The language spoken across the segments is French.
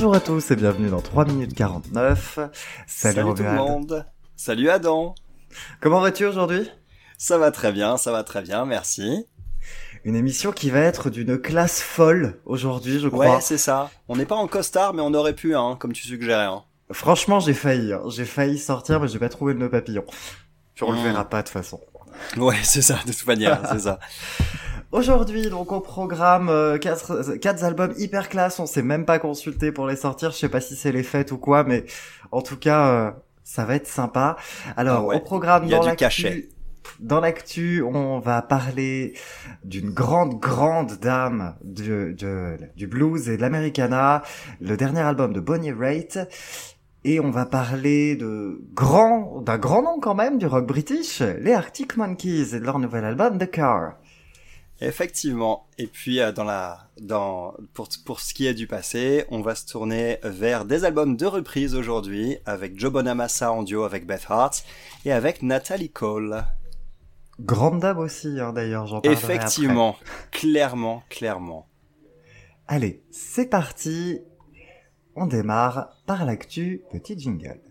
Bonjour à tous et bienvenue dans 3 minutes 49. Salut tout le monde. Salut Adam. Comment vas-tu aujourd'hui ? Ça va très bien, merci. Une émission qui va être d'une classe folle aujourd'hui, je crois. Ouais, c'est ça. On n'est pas en costard, mais on aurait pu, comme tu suggérais. Franchement, j'ai failli sortir, mais j'ai pas trouvé le nœud papillon. Puis on le verra pas de toute façon. Ouais, c'est ça, de toute manière, c'est ça. Aujourd'hui, donc, au programme, 4 albums hyper classe. On s'est même pas consulté pour les sortir. Je sais pas si c'est les fêtes ou quoi, mais en tout cas, ça va être sympa. Alors, au programme, dans l'actu, on va parler d'une grande dame du blues et de l'americana, le dernier album de Bonnie Raitt. Et on va parler d'un grand nom quand même du rock british, les Arctic Monkeys et de leur nouvel album The Car. Effectivement. Et puis pour ce qui est du passé, on va se tourner vers des albums de reprise aujourd'hui avec Joe Bonamassa en duo avec Beth Hart et avec Natalie Cole. Grande dame aussi, d'ailleurs, j'en parlerai Effectivement, après. clairement. Allez, c'est parti. On démarre par l'actu, petit jingle.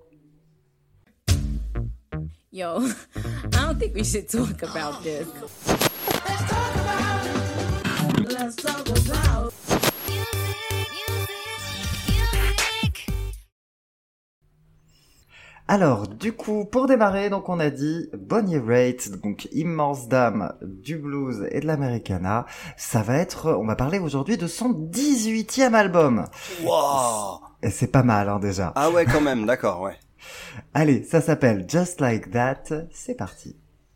Yo, I don't think we should talk about this. Let's talk about Alors, du coup, pour démarrer, donc on a dit Bonnie Raitt, donc immense dame du blues et de l'americana. On va parler aujourd'hui de son 18e album. Wow. Et c'est pas mal, déjà. Ah ouais, quand même, d'accord, ouais. Allez, ça s'appelle Just Like That, c'est parti.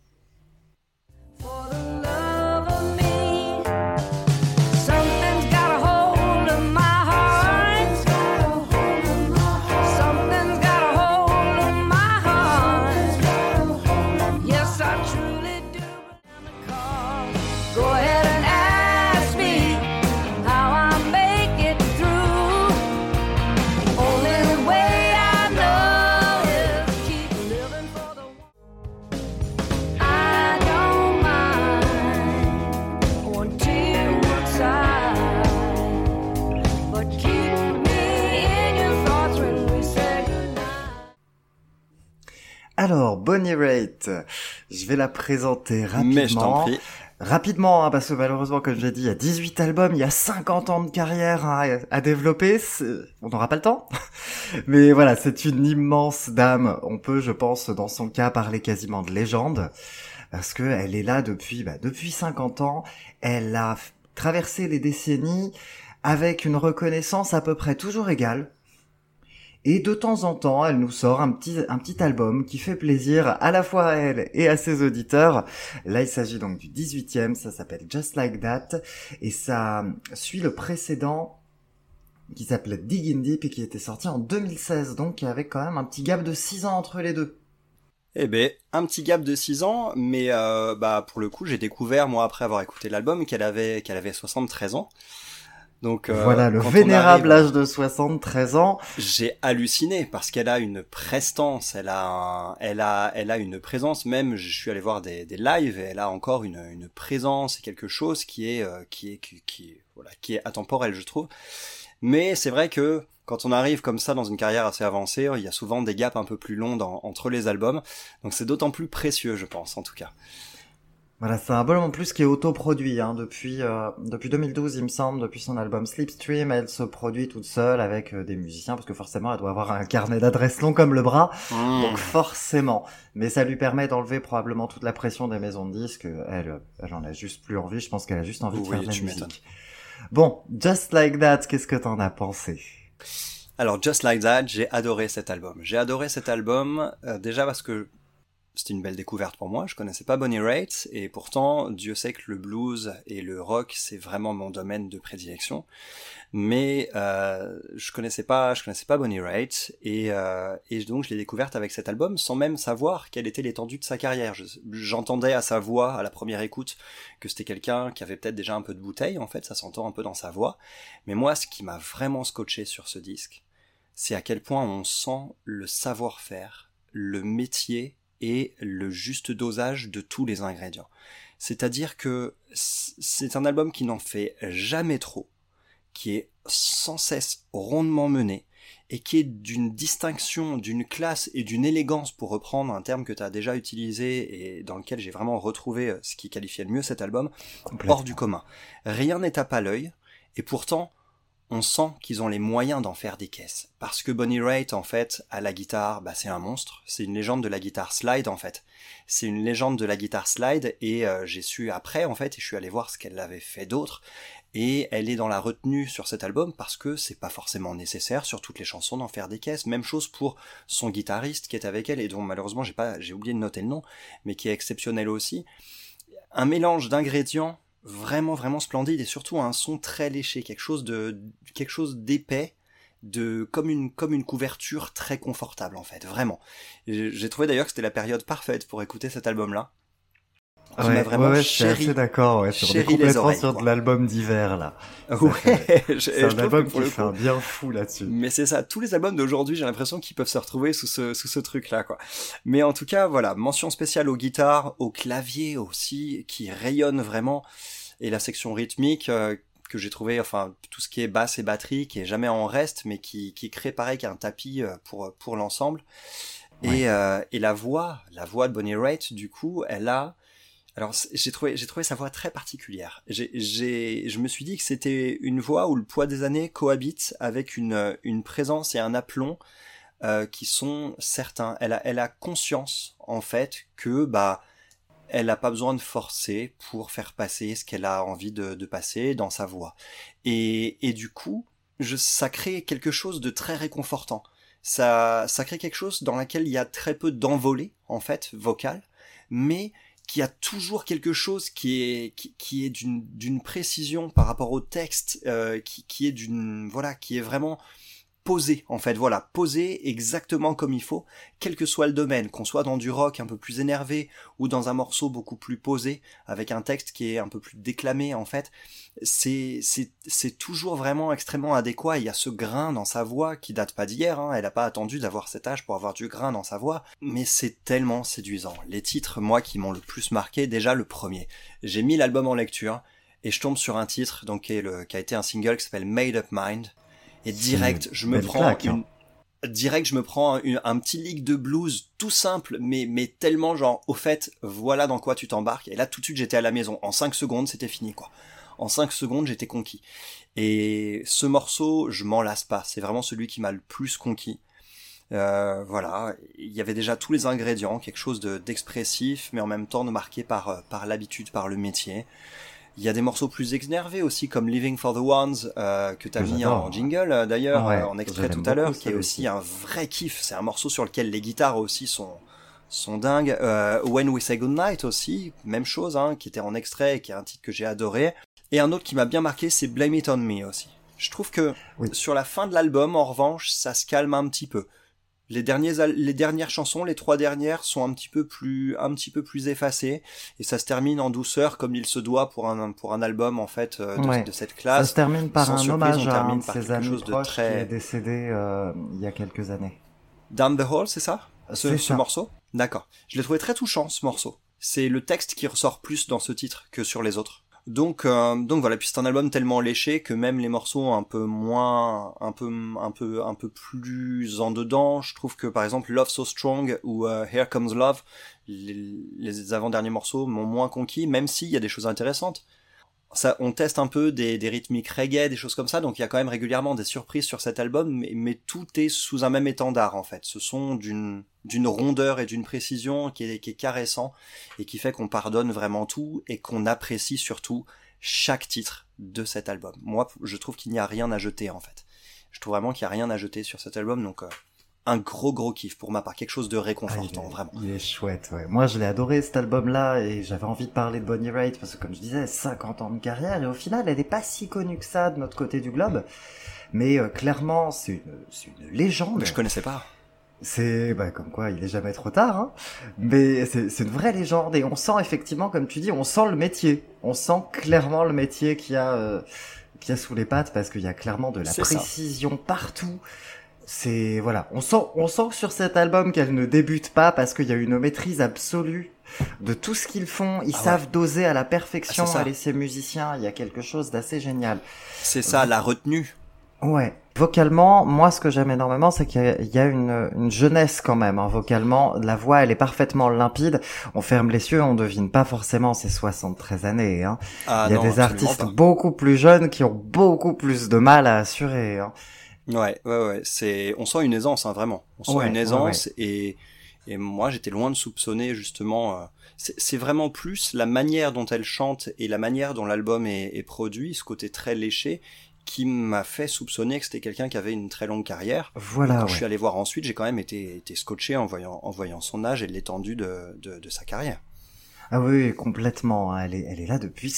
Alors, Bonnie Raitt, je vais la présenter rapidement. Mais je t'en prie. Rapidement, parce que malheureusement, comme j'ai dit, il y a 18 albums, il y a 50 ans de carrière à développer, on n'aura pas le temps. Mais voilà, c'est une immense dame. On peut, je pense, dans son cas, parler quasiment de légende, parce que elle est là depuis 50 ans. Elle a traversé les décennies avec une reconnaissance à peu près toujours égale. Et de temps en temps, elle nous sort un petit album qui fait plaisir à la fois à elle et à ses auditeurs. Là, il s'agit donc du 18e, ça s'appelle Just Like That, et ça suit le précédent qui s'appelait Diggin' Deep et qui était sorti en 2016, donc il y avait quand même un petit gap de 6 ans entre les deux. Eh ben, un petit gap de 6 ans, mais pour le coup, j'ai découvert, moi, après avoir écouté l'album, qu'elle avait 73 ans. Donc, voilà, le vénérable âge de 73 ans. J'ai halluciné parce qu'elle a une prestance, elle a une présence. Même, je suis allé voir des lives et elle a encore une présence et quelque chose qui est atemporel, je trouve. Mais c'est vrai que quand on arrive comme ça dans une carrière assez avancée, il y a souvent des gaps un peu plus longs entre les albums. Donc c'est d'autant plus précieux, je pense, en tout cas. Voilà, c'est un album en plus qui est autoproduit, depuis 2012, il me semble, depuis son album Slipstream, elle se produit toute seule avec des musiciens, parce que forcément, elle doit avoir un carnet d'adresses long comme le bras, donc forcément. Mais ça lui permet d'enlever probablement toute la pression des maisons de disques, elle en a juste plus envie, je pense qu'elle a juste envie de faire de la musique. Bon, Just Like That, qu'est-ce que t'en as pensé ? Alors, Just Like That, j'ai adoré cet album. Déjà parce que c'était une belle découverte pour moi, je connaissais pas Bonnie Raitt, et pourtant, Dieu sait que le blues et le rock, c'est vraiment mon domaine de prédilection. Mais je connaissais pas Bonnie Raitt, et donc je l'ai découverte avec cet album sans même savoir quelle était l'étendue de sa carrière. J'entendais à sa voix, à la première écoute, que c'était quelqu'un qui avait peut-être déjà un peu de bouteille, en fait, ça s'entend un peu dans sa voix. Mais moi, ce qui m'a vraiment scotché sur ce disque, c'est à quel point on sent le savoir-faire, le métier et le juste dosage de tous les ingrédients. C'est-à-dire que c'est un album qui n'en fait jamais trop, qui est sans cesse rondement menée, et qui est d'une distinction, d'une classe et d'une élégance, pour reprendre un terme que tu as déjà utilisé et dans lequel j'ai vraiment retrouvé ce qui qualifiait le mieux cet album, hors du commun. Rien n'est tape à l'œil, et pourtant, on sent qu'ils ont les moyens d'en faire des caisses. Parce que Bonnie Raitt, en fait, à la guitare, c'est un monstre. C'est une légende de la guitare slide, en fait. C'est une légende de la guitare slide, et j'ai su après, en fait, et je suis allé voir ce qu'elle avait fait d'autre. Et elle est dans la retenue sur cet album parce que c'est pas forcément nécessaire sur toutes les chansons d'en faire des caisses. Même chose pour son guitariste qui est avec elle et dont malheureusement j'ai oublié de noter le nom, mais qui est exceptionnel aussi. Un mélange d'ingrédients vraiment vraiment splendide et surtout un son très léché, quelque chose d'épais, comme une couverture très confortable en fait, vraiment. J'ai trouvé d'ailleurs que c'était la période parfaite pour écouter cet album-là. Je suis assez d'accord, on est complètement sur de l'album d'hiver, là. C'est un album qui fait un bien fou là-dessus. Mais c'est ça, tous les albums d'aujourd'hui, j'ai l'impression qu'ils peuvent se retrouver sous ce truc-là, quoi. Mais en tout cas, voilà, mention spéciale aux guitares, aux claviers aussi, qui rayonnent vraiment, et la section rythmique, que j'ai trouvé, enfin, tout ce qui est basse et batterie, qui est jamais en reste, mais qui crée pareil qu'un tapis pour l'ensemble. Ouais. Et la voix de Bonnie Raitt, du coup, alors j'ai trouvé sa voix très particulière. Je me suis dit que c'était une voix où le poids des années cohabite avec une présence et un aplomb qui sont certains. Elle a conscience en fait que elle a pas besoin de forcer pour faire passer ce qu'elle a envie de passer dans sa voix. Et du coup, ça crée quelque chose de très réconfortant. Ça crée quelque chose dans lequel il y a très peu d'envolée en fait vocale, mais qui a toujours quelque chose qui est d'une précision par rapport au texte, qui est vraiment posé, en fait, voilà, posé exactement comme il faut, quel que soit le domaine, qu'on soit dans du rock un peu plus énervé, ou dans un morceau beaucoup plus posé, avec un texte qui est un peu plus déclamé, en fait, c'est toujours vraiment extrêmement adéquat. Il y a ce grain dans sa voix qui date pas d'hier, hein. Elle a pas attendu d'avoir cet âge pour avoir du grain dans sa voix, mais c'est tellement séduisant. Les titres, moi, qui m'ont le plus marqué, déjà le premier. J'ai mis l'album en lecture, et je tombe sur un titre, donc qui a été un single qui s'appelle Made Up Mind, et direct, je me prends un petit lick de blues tout simple, mais tellement genre, au fait, voilà dans quoi tu t'embarques. Et là, tout de suite, j'étais à la maison. En 5 secondes, c'était fini, quoi. En 5 secondes, j'étais conquis. Et ce morceau, je m'en lasse pas. C'est vraiment celui qui m'a le plus conquis. Voilà. Il y avait déjà tous les ingrédients, quelque chose d'expressif, mais en même temps de marqué par l'habitude, par le métier. Il y a des morceaux plus énervés aussi, comme Living for the Ones, que t'as mis en jingle, d'ailleurs, en extrait tout à l'heure, qui est aussi un vrai kiff. C'est un morceau sur lequel les guitares aussi sont dingues. When We Say Goodnight aussi, même chose, hein, qui était en extrait et qui est un titre que j'ai adoré. Et un autre qui m'a bien marqué, c'est Blame It On Me aussi. Je trouve que sur la fin de l'album, en revanche, ça se calme un petit peu. Les dernières chansons, les 3 dernières, sont un petit peu plus effacées, et ça se termine en douceur comme il se doit pour un album en fait de cette classe. Ça se termine par un hommage à un de ses amis proches qui est décédé il y a quelques années. Down the Hall, c'est ça, ce morceau? D'accord. Je l'ai trouvé très touchant, ce morceau. C'est le texte qui ressort plus dans ce titre que sur les autres. Donc voilà, puis c'est un album tellement léché que même les morceaux un peu plus en dedans, je trouve que par exemple Love So Strong ou Here Comes Love, les avant-derniers morceaux m'ont moins conquis, même s'il y a des choses intéressantes. Ça, on teste un peu des rythmiques reggae, des choses comme ça, donc il y a quand même régulièrement des surprises sur cet album, mais tout est sous un même étendard en fait. Ce sont d'une rondeur et d'une précision qui est caressant et qui fait qu'on pardonne vraiment tout et qu'on apprécie surtout chaque titre de cet album. Moi, je trouve qu'il n'y a rien à jeter en fait. Je trouve vraiment qu'il n'y a rien à jeter sur cet album, donc un gros kiff pour ma part, quelque chose de réconfortant, vraiment. Il est chouette, ouais. Moi, je l'ai adoré cet album-là et j'avais envie de parler de Bonnie Raitt parce que, comme je disais, 50 ans de carrière et au final, elle n'est pas si connue que ça de notre côté du globe. Mais clairement, c'est une légende. Je connaissais pas. C'est comme quoi, il est jamais trop tard, hein. Mais c'est une vraie légende et on sent effectivement, comme tu dis, on sent le métier. On sent clairement le métier qu'il y a sous les pattes parce qu'il y a clairement de la précision partout. voilà, on sent que sur cet album qu'elle ne débute pas parce qu'il y a une maîtrise absolue de tout ce qu'ils font. Ils savent doser à la perfection, aller ces musiciens. Il y a quelque chose d'assez génial. C'est ça, la retenue. Ouais. Vocalement, moi, ce que j'aime énormément, c'est qu'il y a une jeunesse quand même. Hein. Vocalement, la voix, elle est parfaitement limpide. On ferme les yeux, on devine pas forcément ses 73 années. Hein. Il y a des artistes beaucoup plus jeunes qui ont beaucoup plus de mal à assurer. Hein. Ouais. On sent une aisance, hein, vraiment. On sent une aisance et moi, j'étais loin de soupçonner justement. C'est vraiment plus la manière dont elle chante et la manière dont l'album est produit, ce côté très léché, qui m'a fait soupçonner que c'était quelqu'un qui avait une très longue carrière. Voilà. Quand je suis allé voir ensuite, j'ai quand même été scotché en voyant son âge et l'étendue de sa carrière. Ah oui, complètement. Hein. Elle est là depuis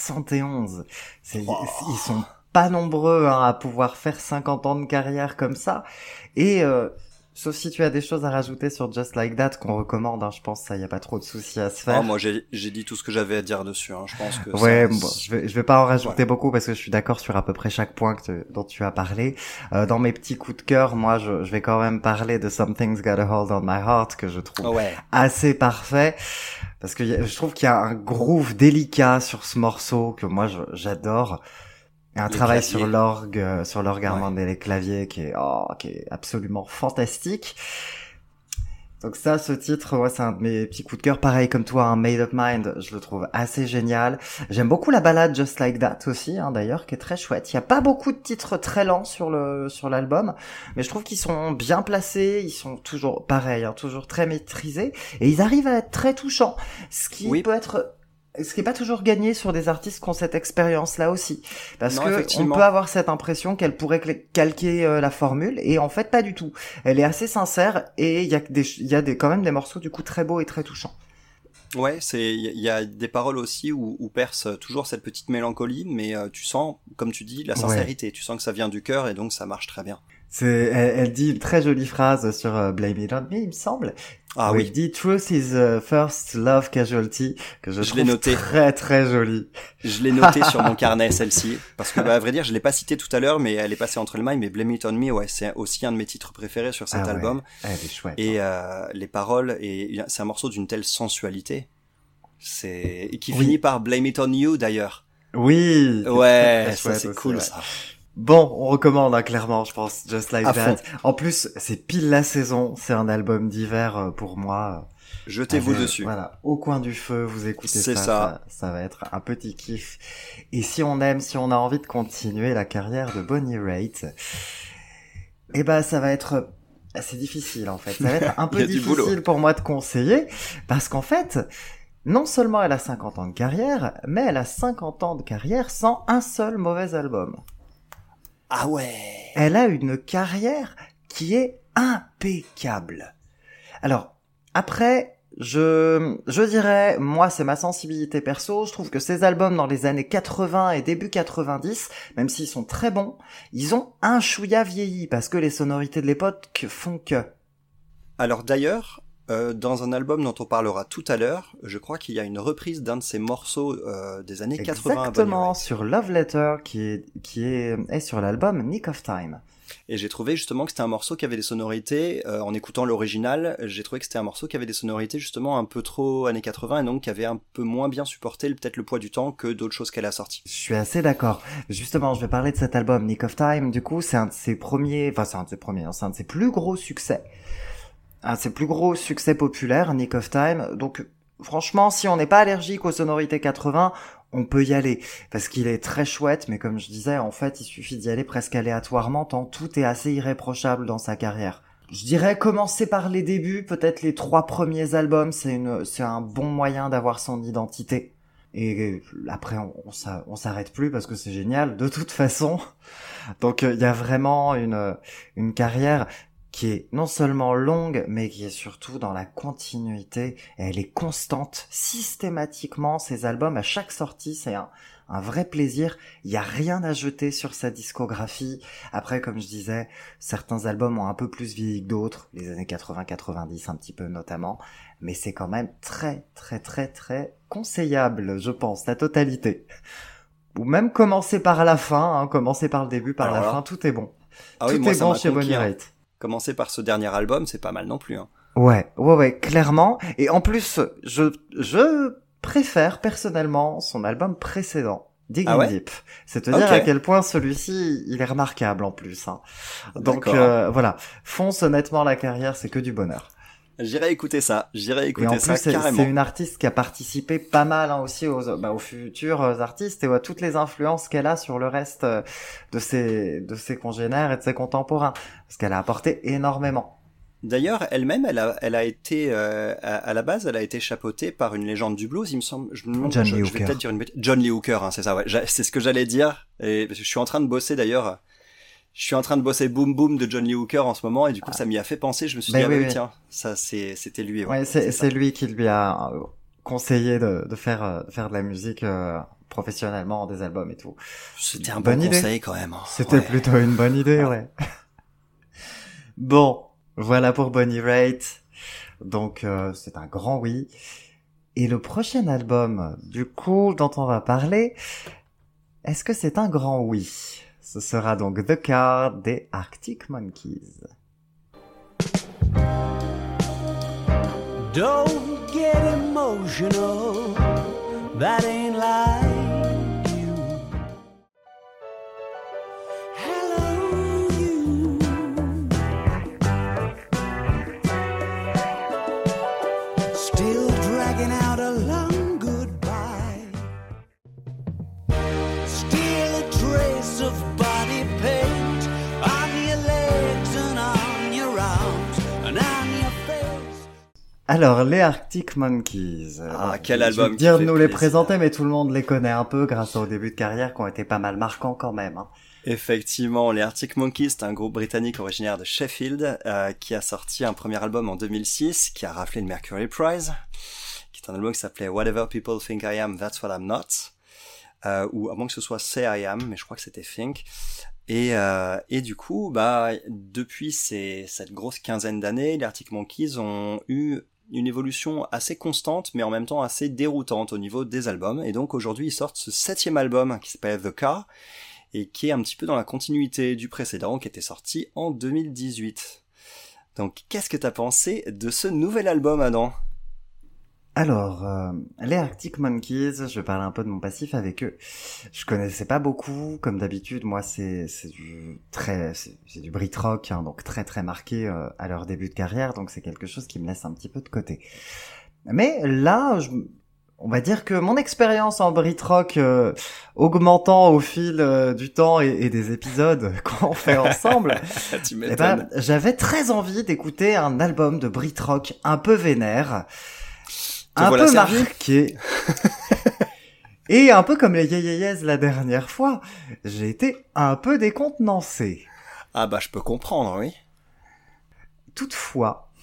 71. Ils sont pas nombreux hein, à pouvoir faire 50 ans de carrière comme ça. Et sauf si tu as des choses à rajouter sur Just Like That qu'on recommande, hein, je pense ça y a pas trop de soucis à se faire. Oh, moi j'ai dit tout ce que j'avais à dire dessus, hein. Je pense que je vais pas en rajouter beaucoup parce que je suis d'accord sur à peu près chaque point dont tu as parlé. Dans mes petits coups de cœur, moi je vais quand même parler de Something's Got a Hold on My Heart que je trouve assez parfait parce que je trouve qu'il y a un groove délicat sur ce morceau que moi j'adore. Il y a un travail sur l'orgue harmonique les claviers qui est absolument fantastique. Donc ça, ce titre, c'est un de mes petits coups de cœur. Pareil comme toi, un Made Up Mind, je le trouve assez génial. J'aime beaucoup la ballade Just Like That aussi, hein, d'ailleurs, qui est très chouette. Il y a pas beaucoup de titres très lents sur l'album, mais je trouve qu'ils sont bien placés. Ils sont toujours pareil, hein, toujours très maîtrisés, et ils arrivent à être très touchants. Ce qui est pas toujours gagné sur des artistes qui ont cette expérience-là aussi. Parce que on peut avoir cette impression qu'elle pourrait calquer la formule, et en fait pas du tout. Elle est assez sincère, et il y a quand même des morceaux du coup très beaux et très touchants. Ouais, il y a des paroles aussi où perce toujours cette petite mélancolie, mais tu sens, comme tu dis, la sincérité. Tu sens que ça vient du cœur, et donc ça marche très bien. Elle dit une très jolie phrase sur Blame It On Me, il me semble. Oui. Elle dit Truth is first love casualty, que je trouve noté. très très jolie. Je l'ai noté sur mon carnet, celle-ci, parce que à vrai dire, je l'ai pas citée tout à l'heure, mais elle est passée entre les mailles. Mais Blame It On Me, c'est aussi un de mes titres préférés sur cet album. Elle est chouette. Et les paroles, et c'est un morceau d'une telle sensualité, et qui finit par Blame It On You d'ailleurs. Oui. Ouais, ça c'est cool ça. Bon, on recommande hein, clairement, je pense, Just Like That. En plus, c'est pile la saison, c'est un album d'hiver pour moi. Jetez-vous dessus. Voilà, au coin du feu, vous écoutez ça va être un petit kiff. Et si on a envie de continuer la carrière de Bonnie Raitt, ça va être assez difficile en fait. Ça va être un peu difficile pour moi de conseiller, parce qu'en fait, non seulement elle a 50 ans de carrière, mais elle a 50 ans de carrière sans un seul mauvais album. Ah ouais. Elle a une carrière qui est impeccable. Alors, après, je dirais, moi, c'est ma sensibilité perso, je trouve que ces albums dans les années 80 et début 90, même s'ils sont très bons, ils ont un chouïa vieilli, parce que les sonorités de l'époque font que. Alors d'ailleurs, dans un album dont on parlera tout à l'heure, je crois qu'il y a une reprise d'un de ces morceaux des années 80. Exactement, sur Love Letter, qui est sur l'album Nick of Time. Et j'ai trouvé justement que c'était un morceau qui avait des sonorités, en écoutant l'original, j'ai trouvé que c'était un morceau qui avait des sonorités justement un peu trop années 80, et donc qui avait un peu moins bien supporté peut-être le poids du temps que d'autres choses qu'elle a sorties. Je suis assez d'accord. Justement, je vais parler de cet album Nick of Time, du coup c'est un de ses plus gros succès. Un de ses plus gros succès populaires, Nick of Time. Donc, franchement, si on n'est pas allergique aux sonorités 80, on peut y aller. Parce qu'il est très chouette, mais comme je disais, en fait, il suffit d'y aller presque aléatoirement, tant tout est assez irréprochable dans sa carrière. Je dirais commencer par les débuts, peut-être les 3 premiers albums, c'est un bon moyen d'avoir son identité. Et après, on s'arrête plus parce que c'est génial, de toute façon. Donc, il y a vraiment une carrière qui est non seulement longue, mais qui est surtout dans la continuité, et elle est constante, systématiquement, ces albums, à chaque sortie, c'est un vrai plaisir, il y a rien à jeter sur sa discographie. Après, comme je disais, certains albums ont un peu plus vieilli que d'autres, les années 80-90 un petit peu notamment, mais c'est quand même très, très, très, très conseillable, je pense, la totalité. Ou même commencer par la fin, commencer par le début, par la fin, tout est bon. Tout est bon chez Bonnie Raitt. Commencer par ce dernier album, c'est pas mal non plus. Hein. Ouais, clairement. Et en plus, je préfère personnellement son album précédent, Digging Deep. C'est te dire à quel point celui-ci, il est remarquable en plus. Hein. Donc voilà, fonce honnêtement la carrière, c'est que du bonheur. J'irai écouter ça et en plus, carrément. C'est une artiste qui a participé pas mal aussi aux futurs artistes et à toutes les influences qu'elle a sur le reste de ses congénères et de ses contemporains, parce qu'elle a apporté énormément. D'ailleurs, elle-même, elle a été à la base, elle a été chapeautée par une légende du blues, il me semble. Je vais peut-être dire une bêtise. John Lee Hooker, hein, c'est ça. Ouais, c'est ce que j'allais dire. Et je suis en train de bosser d'ailleurs. Je suis en train de bosser Boom Boom de John Lee Hooker en ce moment et du coup ça m'y a fait penser. Je me suis dit oui, tiens, ça c'était lui. Ouais, c'est lui qui lui a conseillé de faire de la musique professionnellement, des albums et tout. C'était un bon conseil quand même. C'était plutôt une bonne idée, ouais. Bon, voilà pour Bonnie Raitt. Donc c'est un grand oui. Et le prochain album, du coup, dont on va parler, est-ce que c'est un grand oui? Ce sera donc The Car des Arctic Monkeys. Don't get emotional, that ain't like you. Hello, you. Still dragging out a long goodbye. Still a trace of body paint on your legs and on your arms and on your face. Alors, les Arctic Monkeys. Quel album. Je veux dire de nous les présenter, mais tout le monde les connaît un peu grâce au début de carrière qui ont été pas mal marquants quand même. Hein. Effectivement, les Arctic Monkeys, c'est un groupe britannique originaire de Sheffield qui a sorti un premier album en 2006 qui a raflé le Mercury Prize, qui est un album qui s'appelait Whatever People Think I Am, That's What I'm Not. Ou à moins que ce soit Say I Am, mais je crois que c'était Think. Et du coup, depuis cette grosse quinzaine d'années, les Arctic Monkeys ont eu une évolution assez constante, mais en même temps assez déroutante au niveau des albums. Et donc aujourd'hui, ils sortent ce 7e album qui s'appelle The Car, et qui est un petit peu dans la continuité du précédent, qui était sorti en 2018. Donc, qu'est-ce que t'as pensé de ce nouvel album, Adam ? Alors, les Arctic Monkeys, je vais parler un peu de mon passif avec eux. Je connaissais pas beaucoup, comme d'habitude. Moi, c'est du Brit rock, hein, donc très très marqué à leur début de carrière. Donc c'est quelque chose qui me laisse un petit peu de côté. Mais là, on va dire que mon expérience en Brit rock augmentant au fil du temps et des épisodes qu'on fait ensemble, j'avais très envie d'écouter un album de Brit rock un peu vénère. Un peu marqué. Et un peu comme les Yeyeyez la dernière fois, j'ai été un peu décontenancé. Ah je peux comprendre, oui. Toutefois,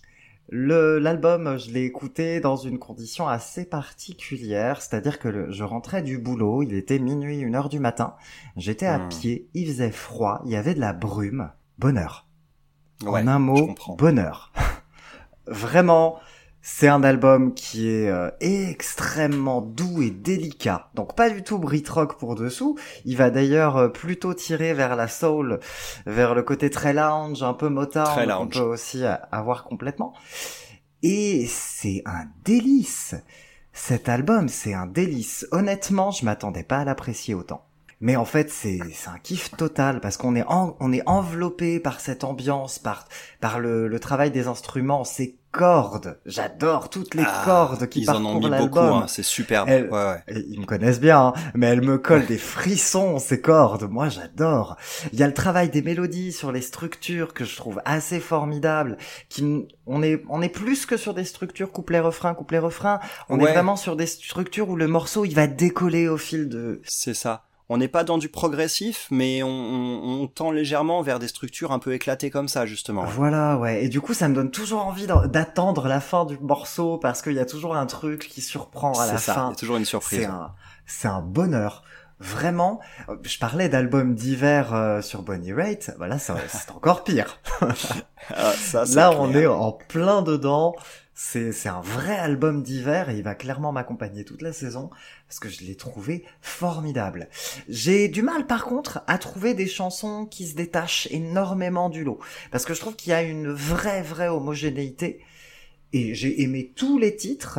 l'album, je l'ai écouté dans une condition assez particulière, c'est-à-dire que je rentrais du boulot, il était minuit, 1h du matin, j'étais à pied, il faisait froid, il y avait de la brume, bonheur. Ouais, en un mot, bonheur. Vraiment... C'est un album qui est extrêmement doux et délicat. Donc pas du tout Brit rock pour dessous. Il va d'ailleurs plutôt tirer vers la soul, vers le côté très lounge, un peu Motown, qu'on peut aussi avoir complètement. Et c'est un délice. Cet album, c'est un délice. Honnêtement, je m'attendais pas à l'apprécier autant. Mais en fait, c'est un kiff total parce qu'on est enveloppé par cette ambiance, par le travail des instruments, ces cordes. J'adore toutes les cordes qui parcourent l'album. Ils en ont mis beaucoup, hein, c'est superbe. Ils me connaissent bien, hein, mais elles me collent des frissons, ces cordes. Moi, j'adore. Il y a le travail des mélodies sur les structures que je trouve assez formidable. On est plus que sur des structures couplet-refrain. On est vraiment sur des structures où le morceau, il va décoller au fil de... C'est ça. On n'est pas dans du progressif, mais on tend légèrement vers des structures un peu éclatées comme ça, justement. Voilà, ouais. Et du coup, ça me donne toujours envie d'attendre la fin du morceau, parce qu'il y a toujours un truc qui surprend à la fin. Il y a toujours une surprise. C'est un bonheur. Vraiment. Je parlais d'albums d'hiver sur Bonnie Raitt. Voilà, c'est encore pire. Ça, là, on est en plein dedans. C'est un vrai album d'hiver et il va clairement m'accompagner toute la saison parce que je l'ai trouvé formidable. J'ai du mal par contre à trouver des chansons qui se détachent énormément du lot parce que je trouve qu'il y a une vraie homogénéité et j'ai aimé tous les titres,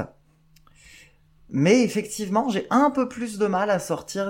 mais effectivement j'ai un peu plus de mal à sortir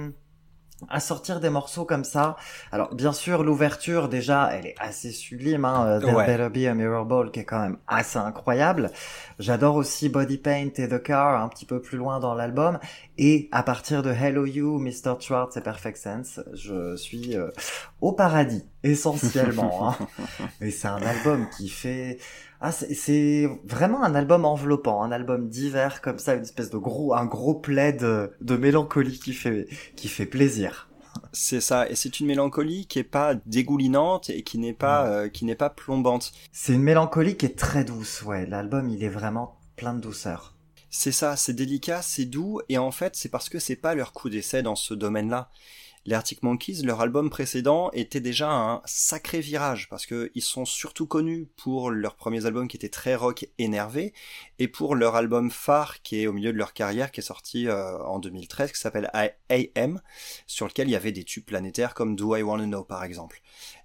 des morceaux comme ça. Alors bien sûr l'ouverture déjà elle est assez sublime, hein, There Ouais. Better Be a Mirror Ball qui est quand même assez incroyable. J'adore aussi Body Paint et The Car un petit peu plus loin dans l'album, et à partir de Hello You, Mr. Schwartz et Perfect Sense je suis au paradis essentiellement, hein. Et c'est un album qui fait c'est vraiment un album enveloppant, un album d'hiver comme ça, une espèce de un gros plaid de mélancolie qui fait plaisir. C'est ça, et c'est une mélancolie qui est pas dégoulinante et qui n'est pas plombante. C'est une mélancolie qui est très douce, ouais. L'album, il est vraiment plein de douceur. C'est ça, c'est délicat, c'est doux, et en fait, c'est parce que c'est pas leur coup d'essai dans ce domaine-là. Les Arctic Monkeys, leur album précédent était déjà un sacré virage, parce que ils sont surtout connus pour leurs premiers albums qui étaient très rock énervé, et pour leur album phare qui est au milieu de leur carrière, qui est sorti en 2013, qui s'appelle AM, sur lequel il y avait des tubes planétaires comme Do I Wanna Know par exemple.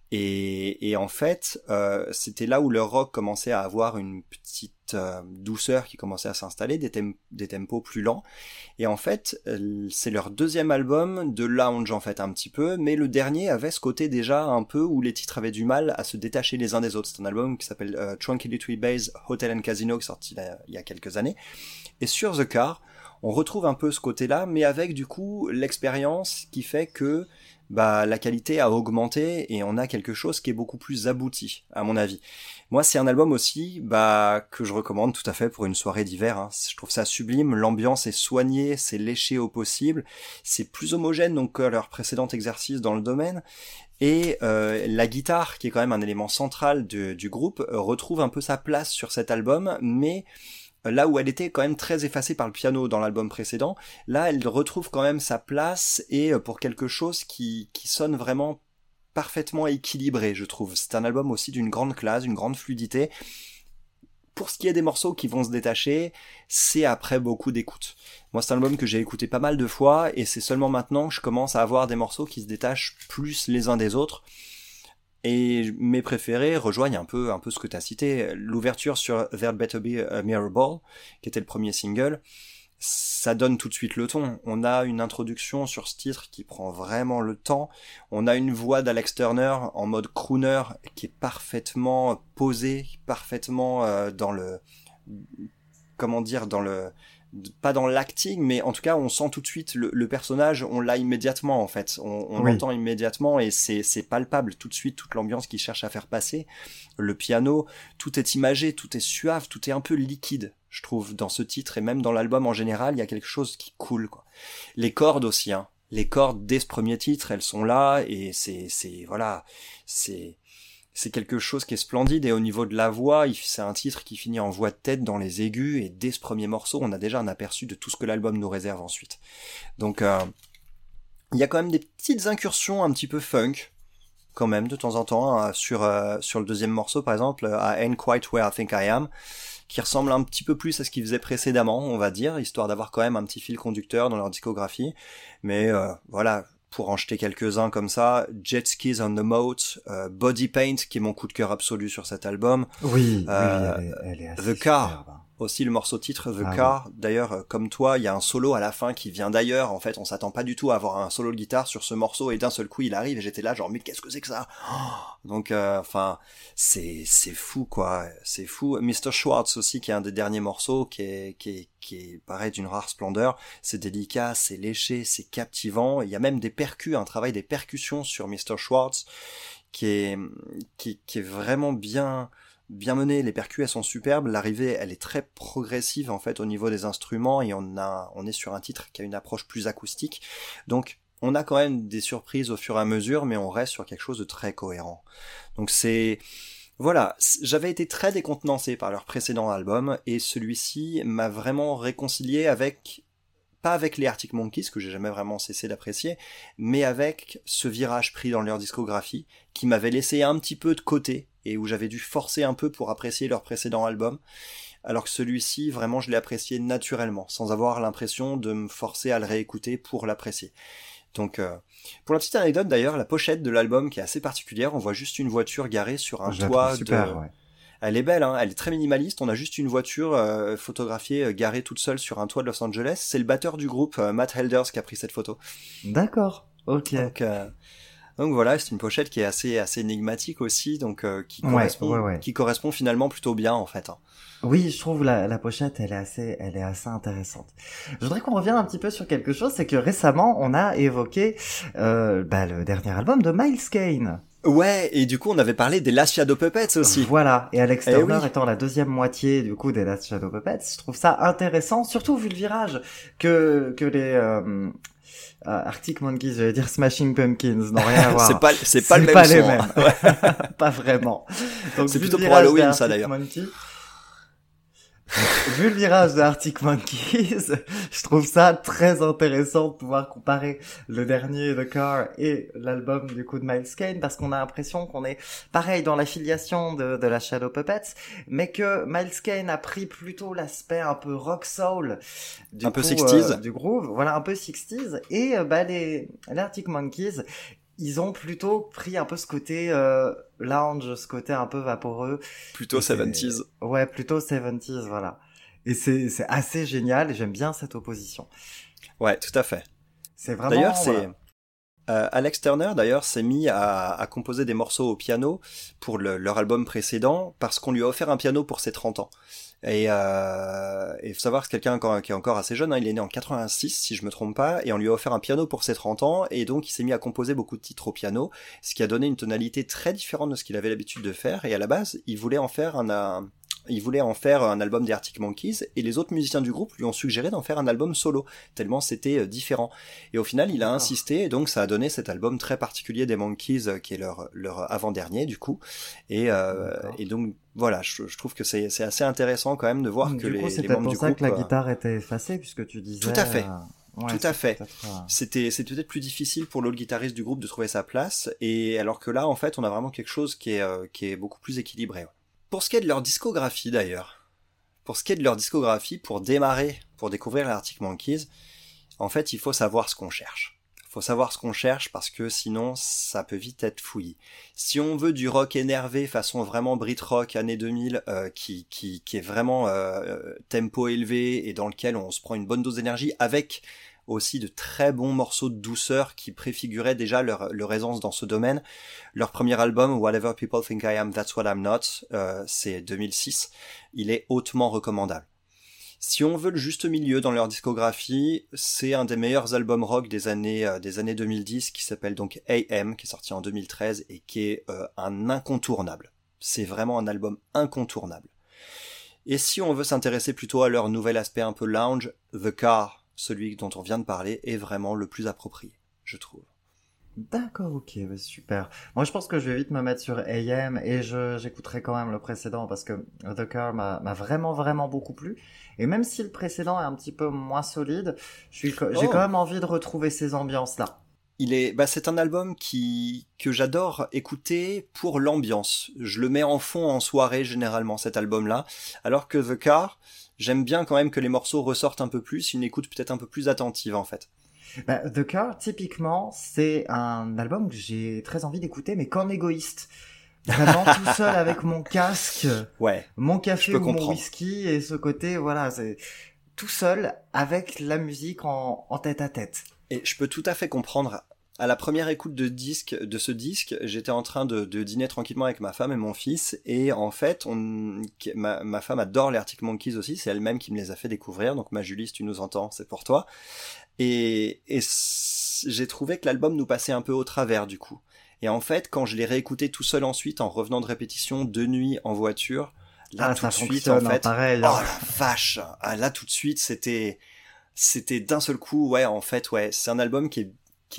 Et en fait, c'était là où le rock commençait à avoir une petite douceur qui commençait à s'installer, des tempos plus lents. Et en fait, c'est leur deuxième album de lounge en fait un petit peu, mais le dernier avait ce côté déjà un peu où les titres avaient du mal à se détacher les uns des autres. C'est un album qui s'appelle Tranquility Base Hotel and Casino, qui est sorti il y a quelques années. Et sur The Car, on retrouve un peu ce côté-là, mais avec du coup l'expérience qui fait que la qualité a augmenté et on a quelque chose qui est beaucoup plus abouti, à mon avis. Moi, c'est un album aussi, que je recommande tout à fait pour une soirée d'hiver, hein. Je trouve ça sublime, l'ambiance est soignée, c'est léché au possible, c'est plus homogène donc que leur précédent exercice dans le domaine, et la guitare, qui est quand même un élément central du groupe, retrouve un peu sa place sur cet album, mais là où elle était quand même très effacée par le piano dans l'album précédent, là elle retrouve quand même sa place et pour quelque chose qui sonne vraiment parfaitement équilibré, je trouve. C'est un album aussi d'une grande classe, d'une grande fluidité. Pour ce qui est des morceaux qui vont se détacher, c'est après beaucoup d'écoute. Moi, c'est un album que j'ai écouté pas mal de fois et c'est seulement maintenant que je commence à avoir des morceaux qui se détachent plus les uns des autres. Et mes préférés rejoignent un peu ce que tu as cité. L'ouverture sur There'd Better Be a Mirror Ball, qui était le premier single, ça donne tout de suite le ton. On a une introduction sur ce titre qui prend vraiment le temps. On a une voix d'Alex Turner en mode crooner qui est parfaitement posée, parfaitement dans le... Comment dire, dans le... Pas dans l'acting, mais en tout cas, on sent tout de suite le personnage, on l'a immédiatement en fait, on Oui. l'entend immédiatement et c'est palpable tout de suite, toute l'ambiance qu'il cherche à faire passer, le piano, tout est imagé, tout est suave, tout est un peu liquide, je trouve, dans ce titre et même dans l'album en général, il y a quelque chose qui coule, quoi. Les cordes aussi, hein. Les cordes dès ce premier titre, elles sont là et c'est quelque chose qui est splendide, et au niveau de la voix, c'est un titre qui finit en voix de tête dans les aigus, et dès ce premier morceau, on a déjà un aperçu de tout ce que l'album nous réserve ensuite. Donc, il y a quand même des petites incursions un petit peu funk, quand même, de temps en temps, hein, sur le deuxième morceau, par exemple, I Ain't Quite Where I Think I Am, qui ressemble un petit peu plus à ce qu'ils faisaient précédemment, on va dire, histoire d'avoir quand même un petit fil conducteur dans leur discographie. Mais voilà, pour en jeter quelques-uns comme ça, Jet Skis on the Moat, Body Paint, qui est mon coup de cœur absolu sur cet album. Oui, elle est assez The Car, superbe. aussi le morceau titre The Ah Car. Oui. D'ailleurs, comme toi, il y a un solo à la fin qui vient d'ailleurs. En fait, on s'attend pas du tout à avoir un solo de guitare sur ce morceau, et d'un seul coup, il arrive, et j'étais là genre, mais qu'est-ce que c'est que ça? Donc, c'est fou, quoi. C'est fou. Mr. Schwartz aussi, qui est un des derniers morceaux, qui est pareil d'une rare splendeur. C'est délicat, c'est léché, c'est captivant. Il y a même des percus, un travail des percussions sur Mr. Schwartz, qui est vraiment bien mené. Les percus, elles sont superbes. L'arrivée, elle est très progressive, en fait, au niveau des instruments, et on est sur un titre qui a une approche plus acoustique. Donc, on a quand même des surprises au fur et à mesure, mais on reste sur quelque chose de très cohérent. Donc voilà, j'avais été très décontenancé par leur précédent album, et celui-ci m'a vraiment réconcilié pas avec les Arctic Monkeys, que j'ai jamais vraiment cessé d'apprécier, mais avec ce virage pris dans leur discographie, qui m'avait laissé un petit peu de côté, et où j'avais dû forcer un peu pour apprécier leur précédent album. alors que celui-ci, vraiment, je l'ai apprécié naturellement, sans avoir l'impression de me forcer à le réécouter pour l'apprécier. Donc, pour la petite anecdote d'ailleurs, la pochette de l'album qui est assez particulière, on voit juste une voiture garée sur un Je la toit trouve super, de... ouais. Elle est belle, hein, elle est très minimaliste, on a juste une voiture photographiée, garée toute seule sur un toit de Los Angeles. C'est le batteur du groupe, Matt Helders, qui a pris cette photo. D'accord, ok. Donc voilà, c'est une pochette qui est assez énigmatique aussi, donc qui Ouais. qui correspond finalement plutôt bien en fait. Hein. Oui, je trouve la pochette, elle est assez intéressante. Je voudrais qu'on revienne un petit peu sur quelque chose, c'est que récemment, on a évoqué le dernier album de Miles Kane. Ouais, et du coup, on avait parlé des Last Shadow Puppets aussi. Voilà, et Alex Turner oui. étant la deuxième moitié du coup des Last Shadow Puppets, je trouve ça intéressant, surtout vu le virage que les Arctic Monkeys, j'allais dire Smashing Pumpkins, n'ont rien à voir. c'est pas le même pas son. les Hein. mêmes. Pas vraiment. Donc, C'est vu plutôt le pour virage Halloween, des ça, Arctic d'ailleurs. Monkeys, vu le virage de Arctic Monkeys, je trouve ça très intéressant de pouvoir comparer le dernier The Car et l'album du coup de Miles Kane, parce qu'on a l'impression qu'on est pareil dans l'affiliation de la Shadow Puppets, mais que Miles Kane a pris plutôt l'aspect un peu rock soul Un peu 60s. du groove, voilà, un peu 60s, et les Arctic Monkeys, ils ont plutôt pris un peu ce côté lounge, ce côté un peu vaporeux. Plutôt 70s. Ouais, plutôt 70s, voilà. Et c'est assez génial, et j'aime bien cette opposition. Ouais, tout à fait. C'est vraiment... D'ailleurs, voilà. Alex Turner, d'ailleurs, s'est mis à composer des morceaux au piano pour leur album précédent, parce qu'on lui a offert un piano pour ses 30 ans. Et faut savoir que c'est quelqu'un qui est encore assez jeune, hein, il est né en 86 si je me trompe pas, et on lui a offert un piano pour ses 30 ans, et donc il s'est mis à composer beaucoup de titres au piano, ce qui a donné une tonalité très différente de ce qu'il avait l'habitude de faire, et à la base, il voulait en faire un album des Arctic Monkeys, et les autres musiciens du groupe lui ont suggéré d'en faire un album solo, tellement c'était différent. Et au final, il a insisté, et donc ça a donné cet album très particulier des Monkeys, qui est leur avant-dernier, du coup. Et donc, voilà, je trouve que c'est assez intéressant quand même de voir que du coup, c'est les peut-être membres pour du ça groupe... que la guitare était effacée, puisque tu disais... Tout à fait. Ouais, tout à fait. C'est C'est peut-être plus difficile pour l'autre guitariste du groupe de trouver sa place, et alors que là, en fait, on a vraiment quelque chose qui est beaucoup plus équilibré. Ouais. Pour ce qui est de leur discographie, d'ailleurs, pour démarrer, pour découvrir les Arctic Monkeys, en fait, il faut savoir ce qu'on cherche. Il faut savoir ce qu'on cherche parce que sinon, ça peut vite être fouillis. Si on veut du rock énervé façon vraiment Brit rock années 2000, qui est vraiment tempo élevé et dans lequel on se prend une bonne dose d'énergie avec aussi de très bons morceaux de douceur qui préfiguraient déjà leur aisance dans ce domaine. Leur premier album, Whatever People Think I Am, That's What I'm Not, c'est 2006. Il est hautement recommandable. Si on veut le juste milieu dans leur discographie, c'est un des meilleurs albums rock des années 2010 qui s'appelle donc AM, qui est sorti en 2013 et qui est un incontournable. C'est vraiment un album incontournable. Et si on veut s'intéresser plutôt à leur nouvel aspect un peu lounge, The Car, celui dont on vient de parler, est vraiment le plus approprié, je trouve. D'accord, ok, bah super. Moi, je pense que je vais vite me mettre sur AM et j'écouterai quand même le précédent parce que The Car m'a vraiment beaucoup plu. Et même si le précédent est un petit peu moins solide, j'ai quand même envie de retrouver ces ambiances-là. C'est un album que j'adore écouter pour l'ambiance. Je le mets en fond en soirée généralement, cet album-là. Alors que The Car, j'aime bien quand même que les morceaux ressortent un peu plus, une écoute peut-être un peu plus attentive en fait. The Car, typiquement, c'est un album que j'ai très envie d'écouter, mais qu'en égoïste. Vraiment tout seul avec mon casque, mon café ou mon whisky, et ce côté, voilà, c'est tout seul avec la musique en tête à tête. Et je peux tout à fait comprendre. À la première écoute de ce disque, j'étais en train de dîner tranquillement avec ma femme et mon fils, et en fait, ma femme adore les Arctic Monkeys aussi, c'est elle-même qui me les a fait découvrir, donc ma Julie, si tu nous entends, c'est pour toi. Et j'ai trouvé que l'album nous passait un peu au travers du coup. Et en fait, quand je l'ai réécouté tout seul ensuite, en revenant de répétition, de nuit, en voiture, là tout de suite, en fait, pareil, oh la vache, là tout de suite, c'était d'un seul coup, ouais, en fait, ouais, c'est un album qui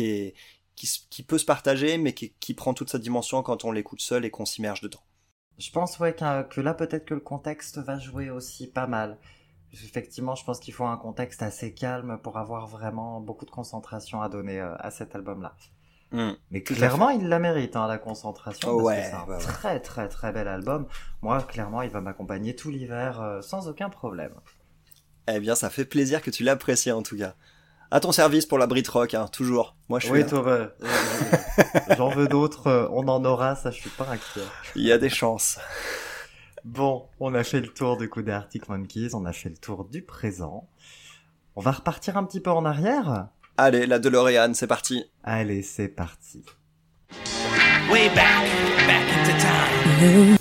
peut se partager, mais qui prend toute sa dimension quand on l'écoute seul et qu'on s'immerge dedans. Je pense, ouais, que là, peut-être que le contexte va jouer aussi pas mal. Effectivement, je pense qu'il faut un contexte assez calme pour avoir vraiment beaucoup de concentration à donner à cet album-là. Mais Tout à clairement, il la mérite, hein, la concentration, parce Ouais, que c'est un ouais. très très très bel album. Moi, clairement, il va m'accompagner tout l'hiver sans aucun problème. Eh bien, ça fait plaisir que tu l'apprécies en tout cas. À ton service pour la Brit Rock, hein, toujours. Moi, je suis Oui, là. toi, j'en veux d'autres, on en aura, ça, je suis pas inquiet. Il y a des chances. Bon, on a fait le tour du coup des Arctic Monkeys, on a fait le tour du présent. On va repartir un petit peu en arrière. Allez, la DeLorean, c'est parti. Allez, c'est parti. Way back into time.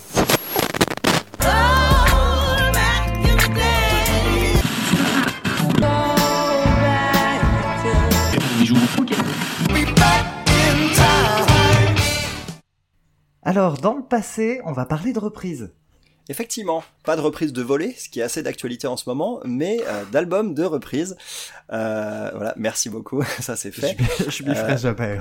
Oh, back in the day. Go back to Be back in time. Alors, dans le passé, on va parler de reprises. Effectivement, pas de reprise de volée, ce qui est assez d'actualité en ce moment, mais d'albums de reprise. Voilà, merci beaucoup, ça c'est fait. Je m'y ferai jamais.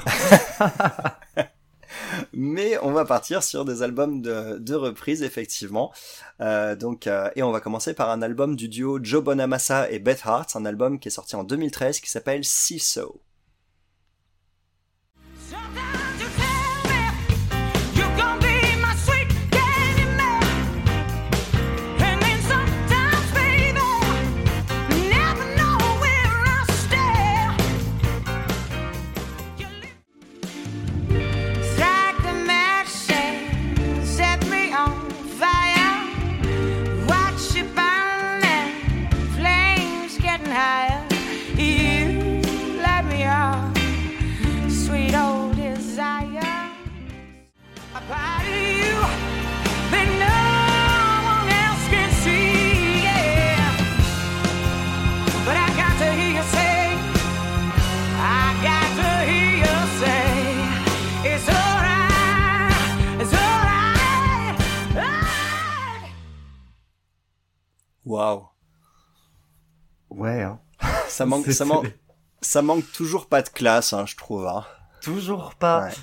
Mais on va partir sur des albums de reprise, effectivement. Et on va commencer par un album du duo Joe Bonamassa et Beth Hart, un album qui est sorti en 2013 qui s'appelle Seesaw. Sometimes you tell me you're gonna be my sweet candy man, and then sometimes, baby, you never know where I stand. Strike the match and set me on fire. Watch it burn and flames getting higher. You light me up. Sweet old desire. About you that no one else can see, yeah. But I got to hear you say, I got to hear you say, it's alright, alright. Waouh, Ouais, hein. ça manque, C'est- ça manque toujours pas de classe, hein, je trouve. Hein. Toujours pas. Ouais.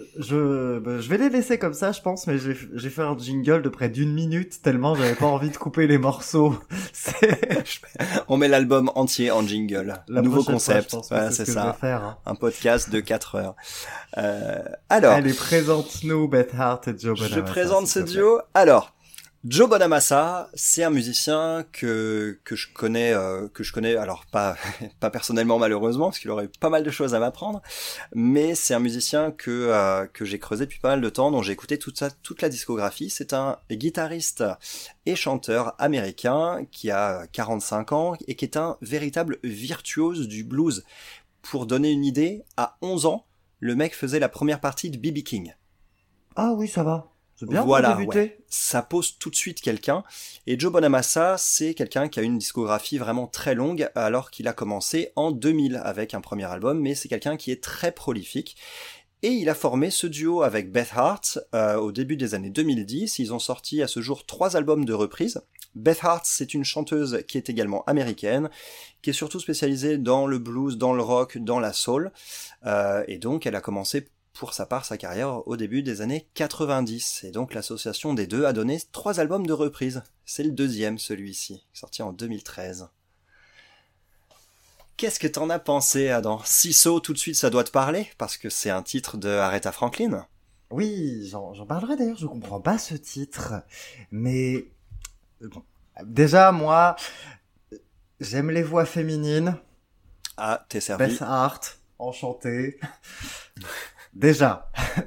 Je vais les laisser comme ça, je pense, mais j'ai fait un jingle de près d'1 minute, tellement j'avais pas envie de couper les morceaux. C'est On met l'album entier en jingle. la Nouveau prochaine fois, concept, je pense que voilà, c'est c'est ce que je vais ça. faire, hein. Un podcast de 4 heures. Alors, Allez, présente-nous Beth Hart et Joe Bonamassa. je présente ce s'il te plaît. duo. Alors, Joe Bonamassa, c'est un musicien que je connais, alors pas pas personnellement malheureusement, parce qu'il aurait pas mal de choses à m'apprendre, mais c'est un musicien que j'ai creusé depuis pas mal de temps, dont j'ai écouté toute la discographie. C'est un guitariste et chanteur américain qui a 45 ans et qui est un véritable virtuose du blues. Pour donner une idée, à 11 ans, le mec faisait la première partie de B.B. King. Ah oui, ça va. C'est bien Voilà, pour débuter. ouais. Ça pose tout de suite quelqu'un. Et Joe Bonamassa, c'est quelqu'un qui a une discographie vraiment très longue, alors qu'il a commencé en 2000 avec un premier album, mais c'est quelqu'un qui est très prolifique. Et il a formé ce duo avec Beth Hart au début des années 2010. Ils ont sorti à ce jour 3 albums de reprise. Beth Hart, c'est une chanteuse qui est également américaine, qui est surtout spécialisée dans le blues, dans le rock, dans la soul. Et donc, elle a commencé pour sa part sa carrière au début des années 90. Et donc l'association des deux a donné 3 albums de reprise. C'est le deuxième, celui-ci, sorti en 2013. Qu'est-ce que t'en as pensé, Adam? Seesaw, tout de suite, ça doit te parler, parce que c'est un titre de Aretha Franklin. Oui, j'en parlerai d'ailleurs, je comprends pas ce titre. Mais, bon. Déjà, moi, j'aime les voix féminines. Ah, t'es servi. Beth Hart, enchantée. Déjà,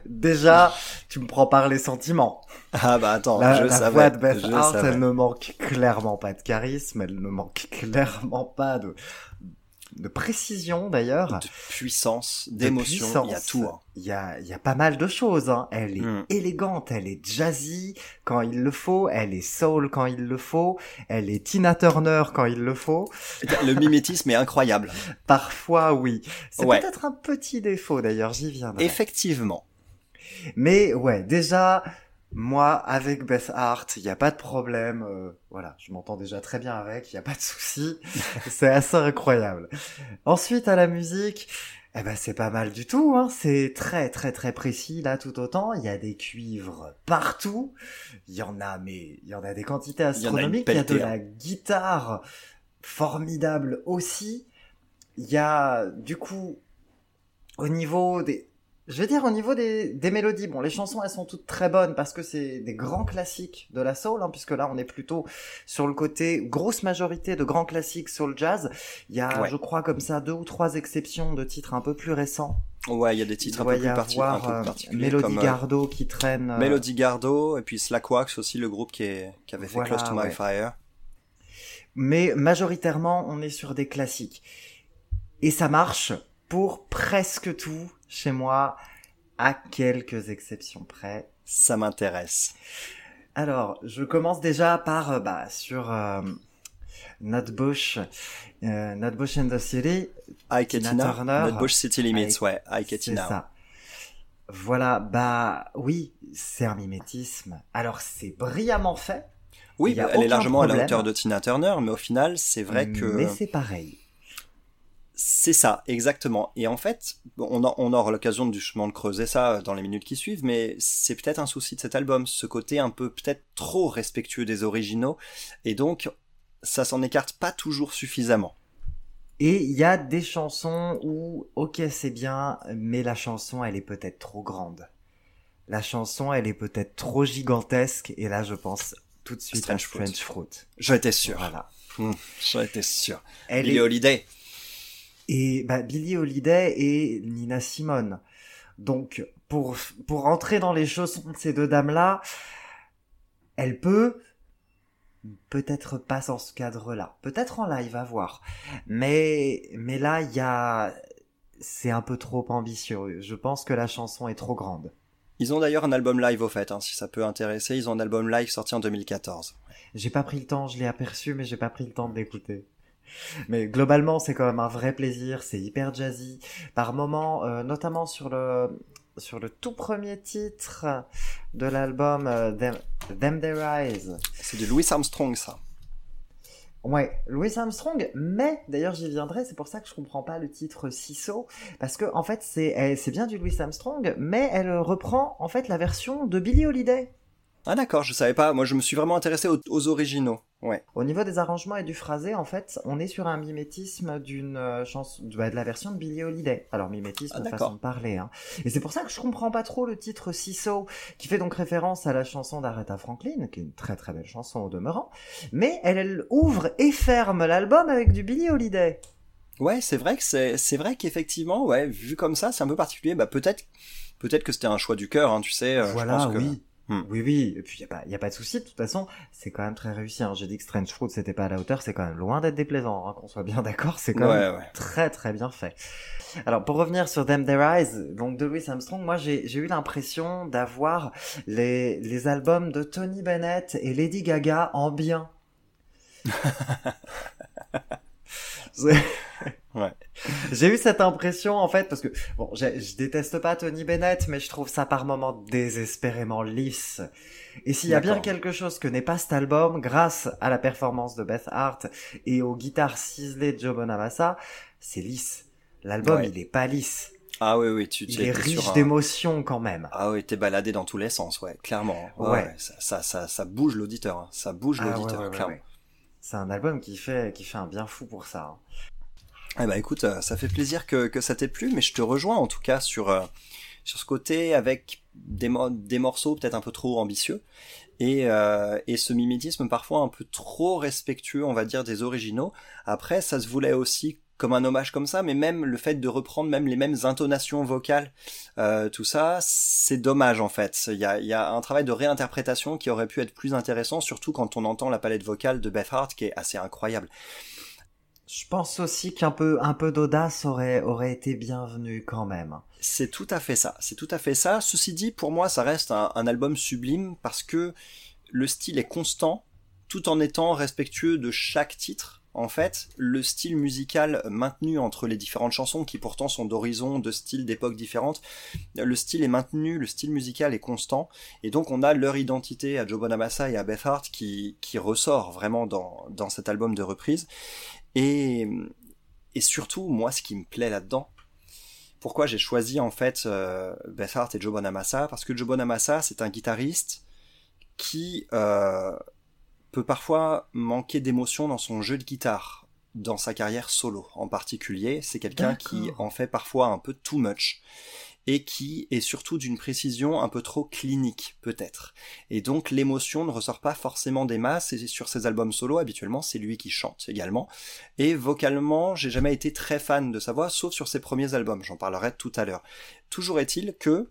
tu me prends par les sentiments. Ah bah attends, La je voix savais. de Beth je Hart, savais. elle ne manque clairement pas de charisme, elle ne manque clairement pas de précision d'ailleurs. De puissance, De d'émotion, il y a puissance. tout. Hein. Il y a pas mal de choses, hein. Elle est Mm. élégante, elle est jazzy quand il le faut, elle est soul quand il le faut, elle est Tina Turner quand il le faut. Le mimétisme est incroyable. Parfois, oui. C'est Ouais. peut-être un petit défaut d'ailleurs, j'y viendrai. Effectivement. Mais ouais, déjà, moi, avec Beth Hart, il n'y a pas de problème. Voilà, je m'entends déjà très bien avec, il n'y a pas de souci. C'est assez incroyable. Ensuite, à la musique, eh ben, c'est pas mal du tout, hein. C'est très, très, très précis, là, tout autant. Il y a des cuivres partout. Il y en a des quantités Il y en a une astronomiques. Il y a de pelletée, la guitare formidable aussi. Il y a, du coup, au niveau Je vais dire au niveau des mélodies, bon, les chansons elles sont toutes très bonnes parce que c'est des grands classiques de la soul, hein, puisque là on est plutôt sur le côté grosse majorité de grands classiques soul jazz. Il y a, Ouais. je crois, comme ça 2 ou 3 exceptions de titres un peu plus récents. Ouais, il y a des titres Il un doit peu y plus avoir particuliers Melody comme Gardot qui traîne. Melody Gardot et puis Slackwatch aussi, le groupe qui avait fait Voilà, Close to My ouais. Fire. Mais majoritairement on est sur des classiques. Et ça marche pour presque tout chez moi, à quelques exceptions près. Ça m'intéresse. Alors, je commence déjà par sur Not Bush in the City. Ike Tina Tina, Turner. Not Bush City Limits, ouais, Ike C'est Tina. ça. Voilà, bah oui, c'est un mimétisme. Alors, c'est brillamment fait. Oui, Il y a elle est aucun largement à la problème. hauteur de Tina Turner, mais au final, c'est vrai que Mais c'est pareil. c'est ça, exactement. Et en fait, on aura l'occasion justement de creuser ça dans les minutes qui suivent, mais c'est peut-être un souci de cet album, ce côté un peu peut-être trop respectueux des originaux, et donc ça s'en écarte pas toujours suffisamment. Et il y a des chansons où, ok, c'est bien, mais la chanson, elle est peut-être trop grande. La chanson, elle est peut-être trop gigantesque, et là, je pense tout de suite à Strange Fruit. Strange Fruit. J'en étais sûr. Voilà. J'en étais sûr. Elle Billie est... Holiday. Et bah, Billie Holiday et Nina Simone. Donc, pour entrer dans les chaussons de ces deux dames-là, elle peut-être pas dans ce cadre-là. Peut-être en live, à voir. Mais là, c'est un peu trop ambitieux. Je pense que la chanson est trop grande. Ils ont d'ailleurs un album live au fait, hein, si ça peut intéresser. Ils ont un album live sorti en 2014. J'ai pas pris le temps, je l'ai aperçu, mais j'ai pas pris le temps de l'écouter. Mais globalement, c'est quand même un vrai plaisir, c'est hyper jazzy. Par moments, notamment sur le tout premier titre de l'album Them They Rise. C'est du Louis Armstrong, ça. Ouais, Louis Armstrong, mais d'ailleurs j'y viendrai, c'est pour ça que je comprends pas le titre CISO, parce que en fait c'est bien du Louis Armstrong, mais elle reprend en fait la version de Billie Holiday. Ah d'accord, je savais pas. Moi, je me suis vraiment intéressé aux originaux. Ouais. Au niveau des arrangements et du phrasé, en fait, on est sur un mimétisme d'une chanson, de la version de Billie Holiday. Alors mimétisme, d'accord. façon de parler, hein. Et c'est pour ça que je comprends pas trop le titre CISO, qui fait donc référence à la chanson d'Aretha Franklin, qui est une très très belle chanson au demeurant. Mais elle ouvre et ferme l'album avec du Billie Holiday. Ouais, c'est vrai qu'effectivement, ouais, vu comme ça, c'est un peu particulier. Bah peut-être que c'était un choix du cœur, hein, tu sais. Voilà, je pense que... oui. Hmm. Oui, et puis y a pas de souci, de toute façon, c'est quand même très réussi, hein. J'ai dit que Strange Fruit c'était pas à la hauteur, c'est quand même loin d'être déplaisant, hein, qu'on soit bien d'accord, c'est quand même Ouais. très très bien fait. Alors, pour revenir sur Them They Rise, donc de Louis Armstrong, moi j'ai eu l'impression d'avoir les albums de Tony Bennett et Lady Gaga en bien. Ouais. J'ai eu cette impression en fait parce que bon, je déteste pas Tony Bennett, mais je trouve ça par moments désespérément lisse. Et s'il y a bien D'accord. quelque chose que n'est pas cet album, grâce à la performance de Beth Hart et aux guitares ciselées de Joe Bonamassa, c'est lisse. L'album, Ouais. il est pas lisse. Ah oui, tu Il est étais riche sur un... d'émotions quand même. Ah oui, t'es baladé dans tous les sens, ouais, clairement. Ouais. Ça bouge l'auditeur, hein. Ça bouge Ah, l'auditeur, ouais. clairement. C'est un album qui fait un bien fou pour ça, hein. Eh ben écoute, ça fait plaisir que ça t'ait plu, mais je te rejoins en tout cas sur ce côté avec des morceaux peut-être un peu trop ambitieux et ce mimétisme parfois un peu trop respectueux, on va dire, des originaux. Après, ça se voulait aussi comme un hommage comme ça, mais même le fait de reprendre même les mêmes intonations vocales, tout ça, c'est dommage en fait. Il y a un travail de réinterprétation qui aurait pu être plus intéressant, surtout quand on entend la palette vocale de Beth Hart qui est assez incroyable. Je pense aussi qu'un peu d'audace aurait été bienvenu quand même. C'est tout à fait ça. Ceci dit, pour moi, ça reste un album sublime parce que le style est constant, tout en étant respectueux de chaque titre. En fait, le style musical maintenu entre les différentes chansons, qui pourtant sont d'horizons, de styles, d'époques différentes, le style est maintenu, le style musical est constant, et donc on a leur identité à Joe Bonamassa et à Beth Hart qui ressort vraiment dans cet album de reprise. Et surtout, moi, ce qui me plaît là-dedans, pourquoi j'ai choisi en fait Beth Hart et Joe Bonamassa, parce que Joe Bonamassa, c'est un guitariste qui peut parfois manquer d'émotion dans son jeu de guitare, dans sa carrière solo en particulier. C'est quelqu'un qui en fait parfois un peu too much. et qui est surtout d'une précision un peu trop clinique, peut-être. Et donc l'émotion ne ressort pas forcément des masses, et sur ses albums solo, habituellement, c'est lui qui chante également. Et vocalement, j'ai jamais été très fan de sa voix, sauf sur ses premiers albums, j'en parlerai tout à l'heure. Toujours est-il que,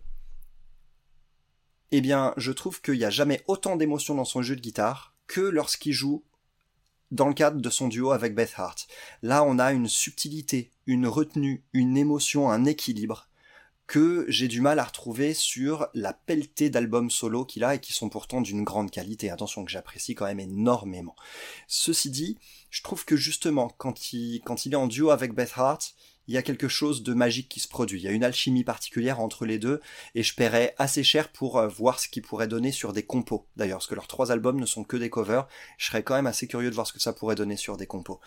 eh bien, je trouve qu'il n'y a jamais autant d'émotion dans son jeu de guitare que lorsqu'il joue dans le cadre de son duo avec Beth Hart. Là, on a une subtilité, une retenue, une émotion, un équilibre que j'ai du mal à retrouver sur la pelletée d'albums solo qu'il a et qui sont pourtant d'une grande qualité. Attention, que j'apprécie quand même énormément. Ceci dit, je trouve que justement, quand il est en duo avec Beth Hart, il y a quelque chose de magique qui se produit. Il y a une alchimie particulière entre les deux, et je paierais assez cher pour voir ce qu'ils pourraient donner sur des compos. D'ailleurs, parce que leurs 3 albums ne sont que des covers, je serais quand même assez curieux de voir ce que ça pourrait donner sur des compos.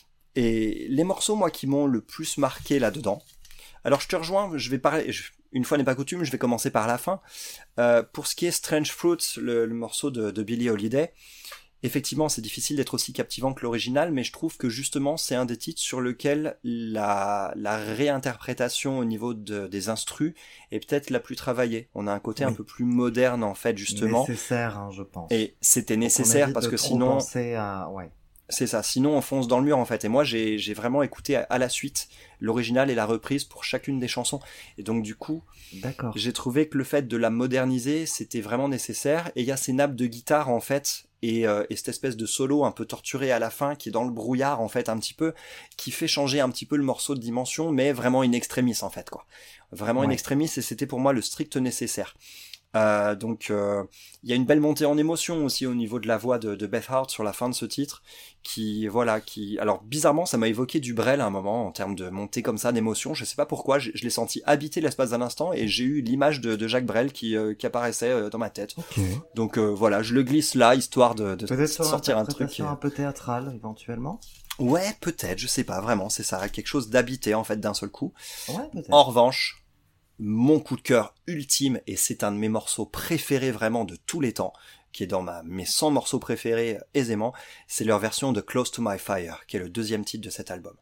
Et les morceaux, moi, qui m'ont le plus marqué là-dedans, alors je te rejoins, je vais parler, une fois n'est pas coutume, je vais commencer par la fin. Pour ce qui est Strange Fruits, le morceau de Billie Holiday, effectivement, c'est difficile d'être aussi captivant que l'original, mais je trouve que justement, c'est un des titres sur lequel la réinterprétation au niveau des instrus est peut-être la plus travaillée. On a un côté un peu plus moderne, en fait, justement. Nécessaire, hein, je pense. Et c'était nécessaire parce que sinon... Ouais. C'est ça, sinon on fonce dans le mur en fait. Et moi j'ai vraiment écouté à la suite l'original et la reprise pour chacune des chansons. Et donc du coup, d'accord, j'ai trouvé que le fait de la moderniser, c'était vraiment nécessaire. Et il y a ces nappes de guitare en fait, et cette espèce de solo un peu torturé à la fin, qui est dans le brouillard en fait un petit peu, qui fait changer un petit peu le morceau de dimension, mais vraiment in extremis en fait quoi. Vraiment in extremis, et c'était pour moi le strict nécessaire. Donc il y a une belle montée en émotion aussi au niveau de la voix de Beth Hart sur la fin de ce titre qui alors bizarrement ça m'a évoqué du Brel à un moment en termes de montée comme ça d'émotion, je sais pas pourquoi, je l'ai senti habiter l'espace d'un instant et j'ai eu l'image de Jacques Brel qui apparaissait dans ma tête. Okay. Donc voilà, je le glisse là histoire de peut-être sortir un truc un peu théâtrale éventuellement. Ouais, peut-être, je sais pas vraiment, c'est ça, quelque chose d'habité en fait d'un seul coup. Ouais, peut-être. En revanche, mon coup de cœur ultime, et c'est un de mes morceaux préférés vraiment de tous les temps, qui est dans mes 100 morceaux préférés aisément, c'est leur version de Close to My Fire, qui est le 2e titre de cet album.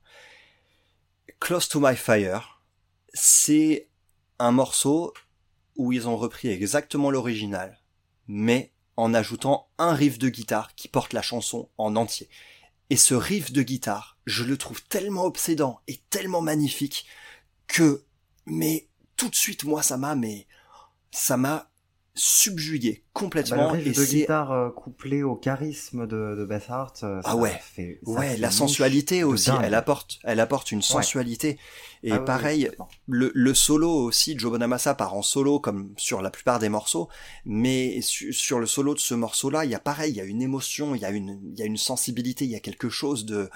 Close to My Fire, c'est un morceau où ils ont repris exactement l'original, mais en ajoutant un riff de guitare qui porte la chanson en entier. Et ce riff de guitare, je le trouve tellement obsédant et tellement magnifique que, mais tout de suite, moi, ça m'a subjugué complètement. Le riff de guitare couplé au charisme de Beth Hart, la sensualité aussi, elle apporte une sensualité. Et pareil, le solo aussi, Joe Bonamassa part en solo comme sur la plupart des morceaux, mais sur le solo de ce morceau-là, il y a une émotion, il y a une sensibilité, il y a quelque chose de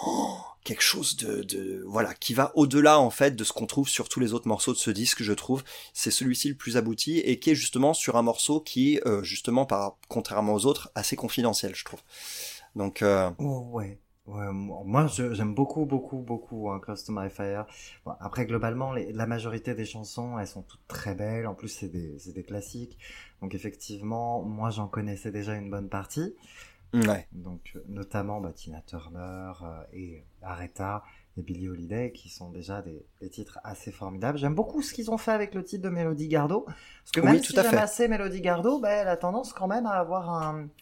voilà, qui va au-delà en fait de ce qu'on trouve sur tous les autres morceaux de ce disque, je trouve. C'est celui-ci le plus abouti et qui est justement sur un morceau qui est justement contrairement aux autres assez confidentiel, je trouve. Donc ouais, moi j'aime beaucoup Close to My Fire. Bon, après globalement la majorité des chansons elles sont toutes très belles, en plus c'est des classiques. Donc effectivement, moi j'en connaissais déjà une bonne partie. Ouais. Donc notamment Tina Turner et Aretha et Billie Holiday qui sont déjà des titres assez formidables. J'aime beaucoup ce qu'ils ont fait avec le titre de Melody Gardot, parce que même si j'aime assez Melody Gardot, elle a tendance quand même à avoir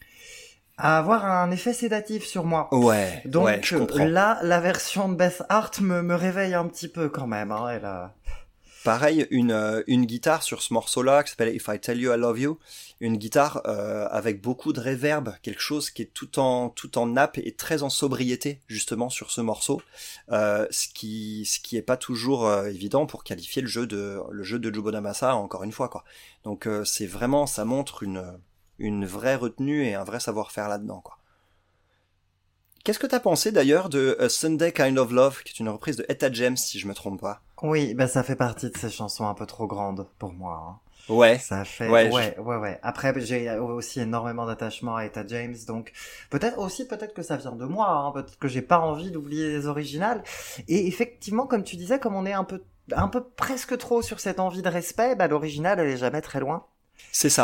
un effet sédatif sur moi. Ouais. Donc je comprends. là, la version de Beth Hart me réveille un petit peu quand même. Hein, elle a... Pareil, une guitare sur ce morceau-là qui s'appelle If I Tell You I Love You, une guitare avec beaucoup de reverb, quelque chose qui est tout en nappe et très en sobriété justement sur ce morceau, ce qui est pas toujours évident pour qualifier le jeu de Joe Bonamassa encore une fois quoi. Donc c'est vraiment, ça montre une vraie retenue et un vrai savoir-faire là-dedans quoi. Qu'est-ce que t'as pensé d'ailleurs de A Sunday Kind of Love, qui est une reprise de Etta James, si je me trompe pas? Oui, ça fait partie de ces chansons un peu trop grandes pour moi. Hein. Ouais. Ça fait. Ouais. Après, j'ai aussi énormément d'attachement à Etta James, donc peut-être que ça vient de moi. Hein. Peut-être que j'ai pas envie d'oublier les originales. Et effectivement, comme tu disais, comme on est un peu presque trop sur cette envie de respect, l'original elle est jamais très loin. C'est ça.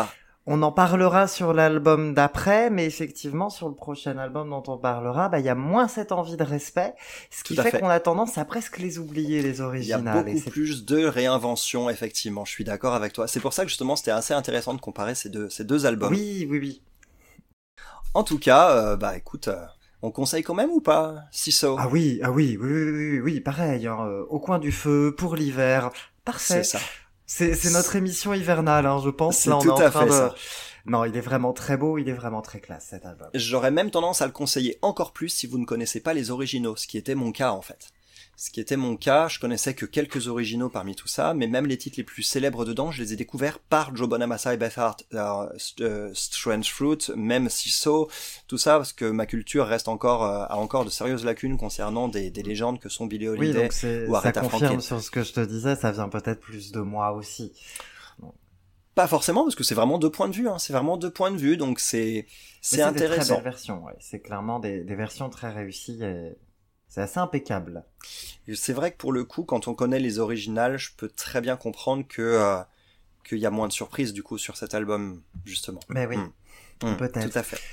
On en parlera sur l'album d'après, mais effectivement, sur le prochain album dont on parlera, il y a moins cette envie de respect, ce qui Tout à fait fait. qu'on a tendance à presque les oublier, les Il y a originales. Et beaucoup c'est- plus de réinvention, effectivement. Je suis d'accord avec toi. C'est pour ça que justement, c'était assez intéressant de comparer ces deux albums. Oui, oui, oui. En tout cas, écoute, on conseille quand même ou pas, Siso? Ah oui, oui, oui, pareil, hein, au coin du feu, pour l'hiver. Parfait. C'est ça. C'est notre émission hivernale, hein, je pense. C'est Là, on tout est en à train fait de... ça. Non, il est vraiment très beau, il est vraiment très classe, cet album. J'aurais même tendance à le conseiller encore plus si vous ne connaissez pas les originaux, ce qui était mon cas en fait. Ce qui était mon cas, je connaissais que quelques originaux parmi tout ça, mais même les titres les plus célèbres dedans, je les ai découverts par Joe Bonamassa et Beth Hart. Strange Fruit, même Siso, tout ça, parce que ma culture reste encore, a encore de sérieuses lacunes concernant des légendes que sont Billie Oui, Holiday donc c'est, ou ça Aretha confirme Franklin. sur ce que je te disais, ça vient peut-être plus de moi aussi. Pas forcément, parce que c'est vraiment deux points de vue, hein. C'est vraiment deux points de vue, donc c'est Mais des très intéressant. belles versions, ouais. C'est clairement des versions très réussies et c'est assez impeccable. Et c'est vrai que pour le coup, quand on connaît les originales, je peux très bien comprendre que qu'il y a moins de surprises du coup sur cet album justement. Mais oui, peut-être. Tout à fait.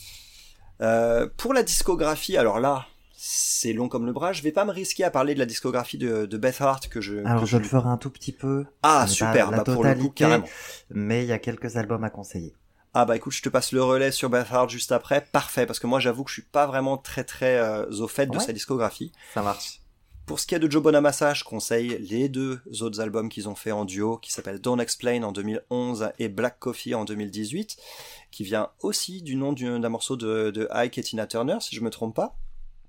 Pour la discographie, alors là, c'est long comme le bras. Je vais pas me risquer à parler de la discographie de Beth Hart que je. Alors que je le ferai un tout petit peu. Ah Ce n'est super, pas la pour le coup totalité, carrément. mais il y a quelques albums à conseiller. Ah bah écoute, je te passe le relais sur Beth Hart juste après. Parfait, parce que moi j'avoue que je suis pas vraiment très au fait de Ouais. sa discographie. Ça marche. Pour ce qui est de Joe Bonamassa, je conseille les deux autres albums qu'ils ont fait en duo, qui s'appellent Don't Explain en 2011 et Black Coffee en 2018, qui vient aussi du nom d'un morceau de Ike et Tina Turner, si je me trompe pas,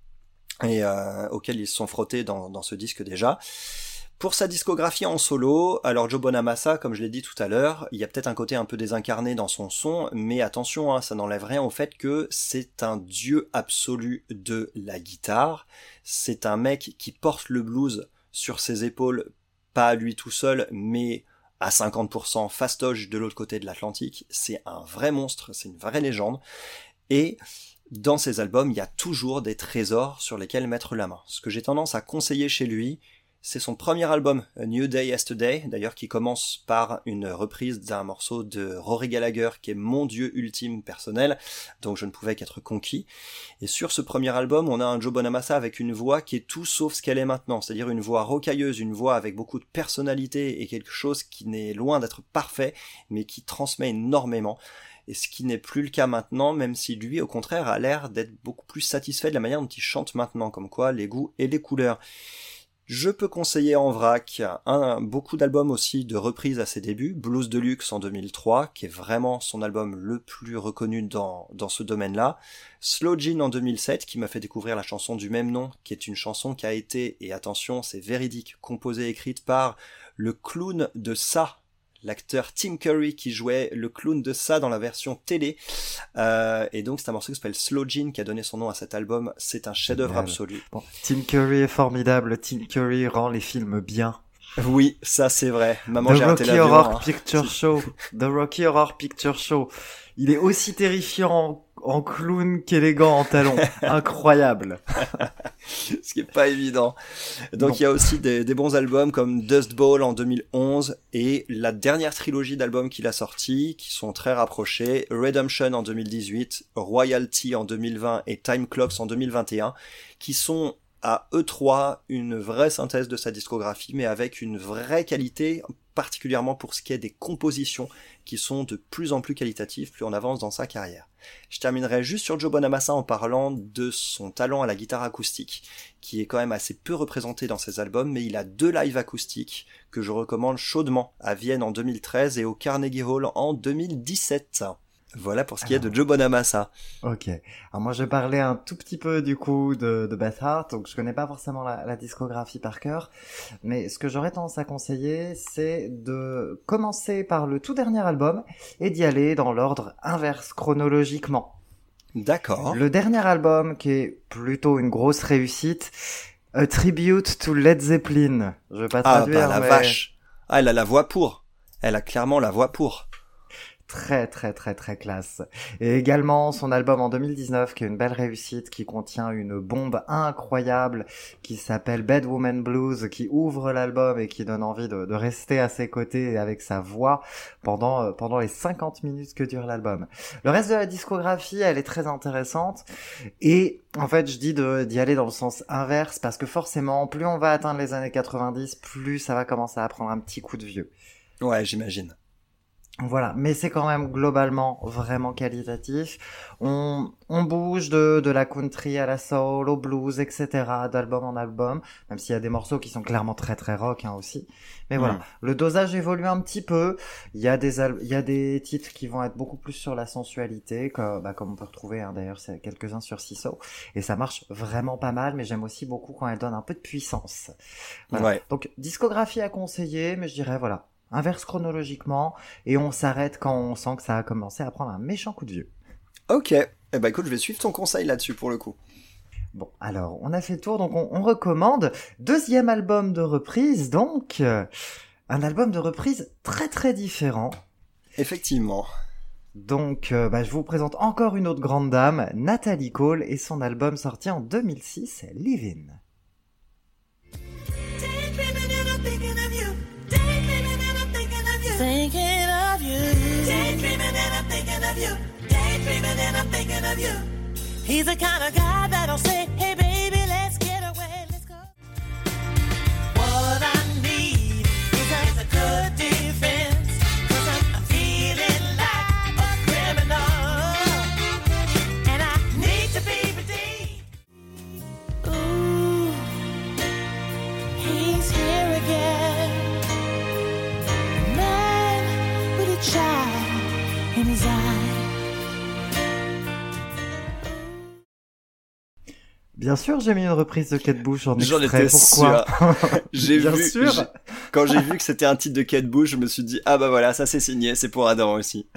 et auquel ils se sont frottés dans ce disque déjà. Pour sa discographie en solo, alors Joe Bonamassa, comme je l'ai dit tout à l'heure, il y a peut-être un côté un peu désincarné dans son son, mais attention, hein, ça n'enlève rien au fait que c'est un dieu absolu de la guitare. C'est un mec qui porte le blues sur ses épaules, pas à lui tout seul, mais à 50% fastoche de l'autre côté de l'Atlantique. C'est un vrai monstre, c'est une vraie légende. Et dans ses albums, il y a toujours des trésors sur lesquels mettre la main. Ce que j'ai tendance à conseiller chez lui, c'est son premier album, A New Day Yesterday, d'ailleurs qui commence par une reprise d'un morceau de Rory Gallagher qui est mon dieu ultime personnel, donc je ne pouvais qu'être conquis. Et sur ce premier album, on a un Joe Bonamassa avec une voix qui est tout sauf ce qu'elle est maintenant, c'est-à-dire une voix rocailleuse, une voix avec beaucoup de personnalité et quelque chose qui n'est loin d'être parfait, mais qui transmet énormément. Et ce qui n'est plus le cas maintenant, même si lui, au contraire, a l'air d'être beaucoup plus satisfait de la manière dont il chante maintenant, comme quoi les goûts et les couleurs. Je peux conseiller en vrac beaucoup d'albums aussi de reprises à ses débuts, Blues Deluxe en 2003, qui est vraiment son album le plus reconnu dans ce domaine-là, Slow Gin en 2007, qui m'a fait découvrir la chanson du même nom, qui est une chanson qui a été, et attention, c'est véridique, composée et écrite par le clown de Ça, l'acteur Tim Curry qui jouait le clown de Ça dans la version télé. Et donc c'est un morceau qui s'appelle Slow Gin qui a donné son nom à cet album. C'est un chef-d'œuvre Génial. absolu. Bon, Tim Curry est formidable. Tim Curry rend les films bien. Oui, ça c'est vrai. Maman, The j'ai raté Rocky l'avion. Horror Hein. Picture Show. The Rocky Horror Picture Show. Il est aussi terrifiant en clown qu'élégant en talon. Incroyable. Ce qui est pas évident. Donc Non. il y a aussi des bons albums comme Dust Bowl en 2011 et la dernière trilogie d'albums qu'il a sorti qui sont très rapprochés, Redemption en 2018, Royalty en 2020 et Time Clocks en 2021, qui sont à eux trois une vraie synthèse de sa discographie, mais avec une vraie qualité, particulièrement pour ce qui est des compositions, qui sont de plus en plus qualitatives plus on avance dans sa carrière. Je terminerai juste sur Joe Bonamassa en parlant de son talent à la guitare acoustique, qui est quand même assez peu représenté dans ses albums, mais il a 2 lives acoustiques que je recommande chaudement, à Vienne en 2013 et au Carnegie Hall en 2017. Voilà pour ce qui est de Joe Bonamassa. Ok. Alors moi je parlais un tout petit peu du coup de Beth Hart, donc je connais pas forcément la discographie par cœur, mais ce que j'aurais tendance à conseiller, c'est de commencer par le tout dernier album et d'y aller dans l'ordre inverse chronologiquement. D'accord. Le dernier album qui est plutôt une grosse réussite, A Tribute to Led Zeppelin. Je vais pas Ah traduire, bah la mais vache. Ah, elle a la voix pour. Elle a clairement la voix pour. très très très très classe. Et également son album en 2019 qui est une belle réussite, qui contient une bombe incroyable qui s'appelle Bad Woman Blues, qui ouvre l'album et qui donne envie de rester à ses côtés avec sa voix pendant les 50 minutes que dure l'album. Le reste de la discographie, elle est très intéressante et en fait je dis d'y aller dans le sens inverse parce que forcément plus on va atteindre les années 90, plus ça va commencer à prendre un petit coup de vieux. Ouais, j'imagine. Voilà, mais c'est quand même globalement vraiment qualitatif. On bouge de la country à la soul, au blues, etc., d'album en album, même s'il y a des morceaux qui sont clairement très très rock hein, aussi. Mais voilà, le dosage évolue un petit peu. Il y a des titres qui vont être beaucoup plus sur la sensualité, comme on peut retrouver hein, d'ailleurs c'est quelques-uns sur Siso, et ça marche vraiment pas mal. Mais j'aime aussi beaucoup quand elle donne un peu de puissance. Voilà. Ouais. Donc discographie à conseiller, mais je dirais voilà. Inverse chronologiquement, et on s'arrête quand on sent que ça a commencé à prendre un méchant coup de vieux. Ok, eh ben écoute, je vais suivre ton conseil là-dessus pour le coup. Bon, alors, on a fait le tour, donc on recommande. Deuxième album de reprise, donc, un album de reprise très très différent. Effectivement. Donc, je vous présente encore une autre grande dame, Natalie Cole, et son album sorti en 2006, Live In. Thinking of you. Daydreaming and I'm thinking of you. Daydreaming and I'm thinking of you. He's the kind of guy that'll say, hey baby, let's get away, let's go. What I need is a good defense. 'Cause I'm feeling like a criminal. And I need to be redeemed. Ooh, he's here again. Child in his eye. Bien sûr, j'ai mis une reprise de Kate Bush en J'en extrait. étais Pourquoi sûr. Bien sûr. Quand j'ai vu que c'était un titre de Kate Bush, je me suis dit, ah bah voilà, ça c'est signé, c'est pour Adam aussi.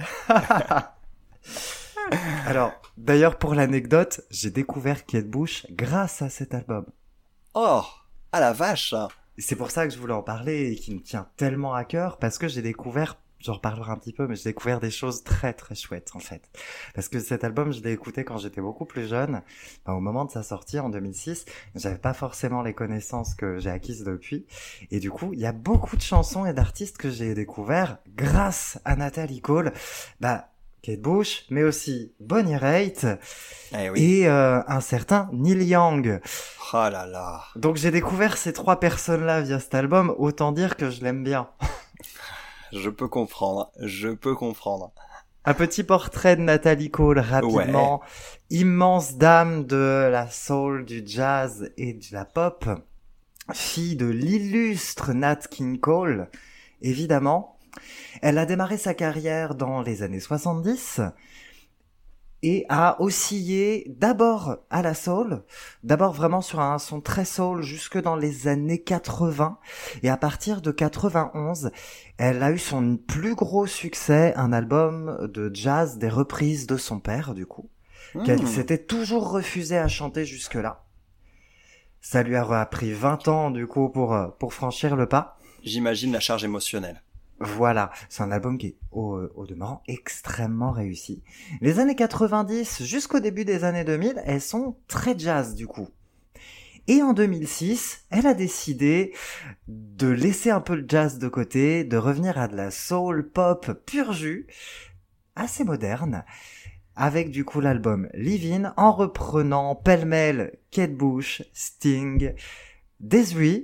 Alors, d'ailleurs, pour l'anecdote, j'ai découvert Kate Bush grâce à cet album. Oh, ah la vache. Et c'est pour ça que je voulais en parler et qui me tient tellement à cœur, parce que j'ai découvert, j'en reparlerai un petit peu, mais j'ai découvert des choses très très chouettes en fait. Parce que cet album, je l'ai écouté quand j'étais beaucoup plus jeune, au moment de sa sortie en 2006, j'avais pas forcément les connaissances que j'ai acquises depuis, et du coup, il y a beaucoup de chansons et d'artistes que j'ai découverts grâce à Natalie Cole, Kate Bush, mais aussi Bonnie Raitt, et un certain Neil Young. Oh là là. Donc j'ai découvert ces trois personnes-là via cet album, autant dire que je l'aime bien. Je peux comprendre. Un petit portrait de Natalie Cole rapidement. Ouais. Immense dame de la soul, du jazz et de la pop. Fille de l'illustre Nat King Cole, évidemment. Elle a démarré sa carrière dans les années 70 et a oscillé d'abord à la soul, d'abord vraiment sur un son très soul jusque dans les années 80, et à partir de 91, elle a eu son plus gros succès, un album de jazz des reprises de son père du coup, qu'elle s'était toujours refusée à chanter jusque-là. Ça lui a pris 20 ans du coup pour franchir le pas. J'imagine la charge émotionnelle. Voilà, c'est un album qui est au demeurant extrêmement réussi. Les années 90 jusqu'au début des années 2000, elles sont très jazz du coup. Et en 2006, elle a décidé de laisser un peu le jazz de côté, de revenir à de la soul pop pur jus, assez moderne, avec du coup l'album Live In, en reprenant pêle-mêle Kate Bush, Sting, Desiree,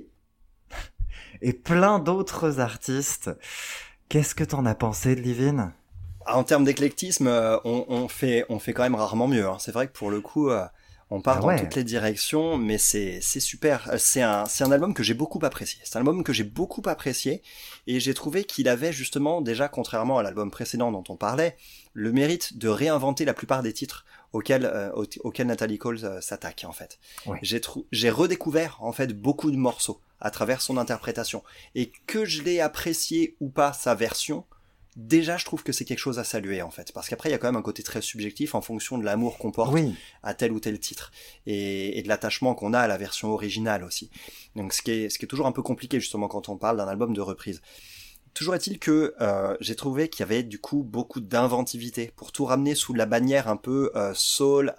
et plein d'autres artistes. Qu'est-ce que t'en as pensé de Live In ? En termes d'éclectisme, on fait quand même rarement mieux. Hein. C'est vrai que pour le coup, on part dans toutes les directions, mais c'est super. C'est un album que j'ai beaucoup apprécié. C'est un album que j'ai beaucoup apprécié, et j'ai trouvé qu'il avait justement, déjà contrairement à l'album précédent dont on parlait, le mérite de réinventer la plupart des titres auxquels Natalie Cole s'attaque en fait. Ouais. J'ai redécouvert en fait beaucoup de morceaux à travers son interprétation, et que je l'ai apprécié ou pas sa version, déjà je trouve que c'est quelque chose à saluer en fait, parce qu'après il y a quand même un côté très subjectif en fonction de l'amour qu'on porte à tel ou tel titre, et de l'attachement qu'on a à la version originale aussi. Donc ce qui est toujours un peu compliqué justement quand on parle d'un album de reprise. Toujours est-il que j'ai trouvé qu'il y avait du coup beaucoup d'inventivité pour tout ramener sous la bannière un peu soul,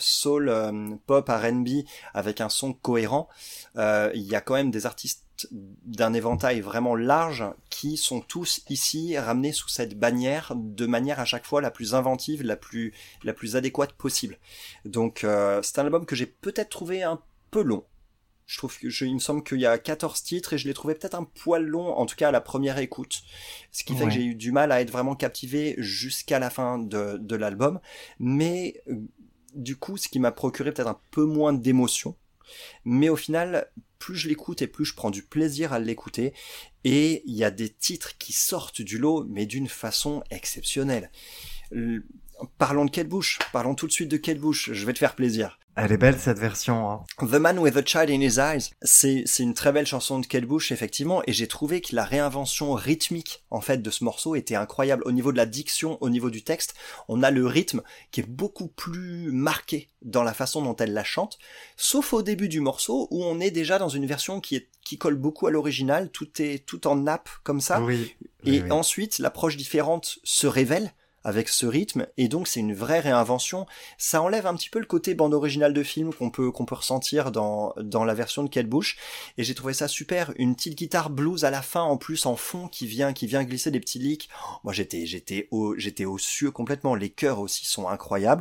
pop, R&B avec un son cohérent. Il y a quand même des artistes d'un éventail vraiment large qui sont tous ici ramenés sous cette bannière de manière à chaque fois la plus inventive, la plus adéquate possible. Donc c'est un album que j'ai peut-être trouvé un peu long. Je trouve il me semble qu'il y a 14 titres et je l'ai trouvé peut-être un poil long, en tout cas à la première écoute. Ce qui fait que j'ai eu du mal à être vraiment captivé jusqu'à la fin de l'album. Mais du coup, ce qui m'a procuré peut-être un peu moins d'émotion. Mais au final, plus je l'écoute et plus je prends du plaisir à l'écouter. Et il y a des titres qui sortent du lot, mais d'une façon exceptionnelle. Parlons de Kate Bush, parlons tout de suite de Kate Bush, je vais te faire plaisir. Elle est belle cette version. Hein. The Man with a Child in His Eyes, c'est une très belle chanson de Kate Bush effectivement, et j'ai trouvé que la réinvention rythmique en fait de ce morceau était incroyable. Au niveau de la diction, au niveau du texte, on a le rythme qui est beaucoup plus marqué dans la façon dont elle la chante, sauf au début du morceau où on est déjà dans une version qui colle beaucoup à l'original, tout en nappe comme ça, Oui. Ensuite l'approche différente se révèle avec ce rythme, et donc c'est une vraie réinvention. Ça enlève un petit peu le côté bande originale de film qu'on peut ressentir dans la version de Kate Bush, et j'ai trouvé ça super. Une petite guitare blues à la fin en plus en fond qui vient glisser des petits licks. Moi j'étais aux cieux complètement. Les chœurs aussi sont incroyables.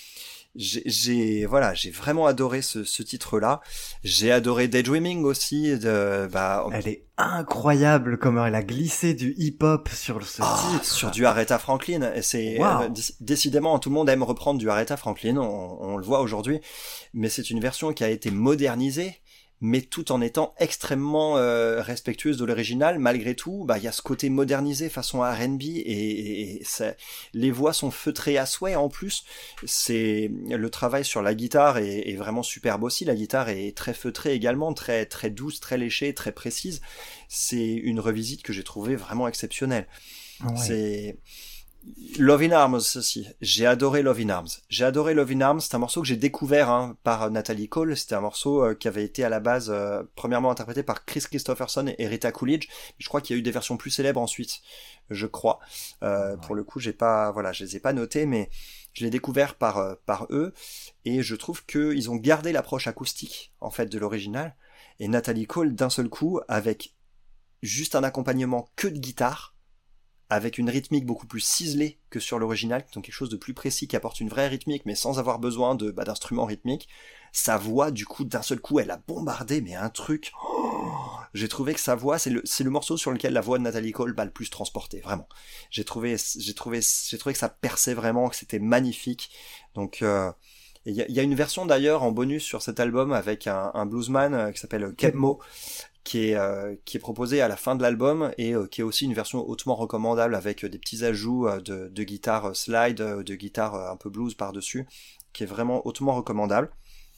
J'ai vraiment adoré ce titre-là. J'ai adoré Daydreaming aussi. Elle est incroyable comment elle a glissé du hip-hop sur ce titre. Sur du Aretha Franklin. Et c'est décidément, tout le monde aime reprendre du Aretha Franklin. On le voit aujourd'hui, mais c'est une version qui a été modernisée, mais tout en étant extrêmement respectueuse de l'original. Malgré tout, il y a ce côté modernisé façon R&B et les voix sont feutrées à souhait. En plus, c'est le travail sur la guitare est vraiment superbe aussi. La guitare est très feutrée également, très très douce, très léchée, très précise. C'est une revisite que j'ai trouvée vraiment exceptionnelle. Ouais. C'est Love in Arms aussi. J'ai adoré Love in Arms. C'est un morceau que j'ai découvert par Natalie Cole. C'était un morceau qui avait été à la base premièrement interprété par Chris Christopherson et Rita Coolidge. Je crois qu'il y a eu des versions plus célèbres ensuite, je crois. Pour le coup, je les ai pas notés, mais je l'ai découvert par eux, et je trouve que ils ont gardé l'approche acoustique en fait de l'original. Et Natalie Cole d'un seul coup avec juste un accompagnement que de guitare, avec une rythmique beaucoup plus ciselée que sur l'original, donc quelque chose de plus précis qui apporte une vraie rythmique, mais sans avoir besoin d'instruments rythmiques. Sa voix, du coup, d'un seul coup, elle a bombardé, mais un truc. J'ai trouvé que sa voix, c'est le morceau sur lequel la voix de Natalie Cole le plus transporté, vraiment. J'ai trouvé que ça perçait vraiment, que c'était magnifique. Donc, il y a une version d'ailleurs en bonus sur cet album avec un bluesman qui s'appelle Kebmo, qui est proposé à la fin de l'album, et qui est aussi une version hautement recommandable avec des petits ajouts de guitare slide, de guitare un peu blues par-dessus, qui est vraiment hautement recommandable.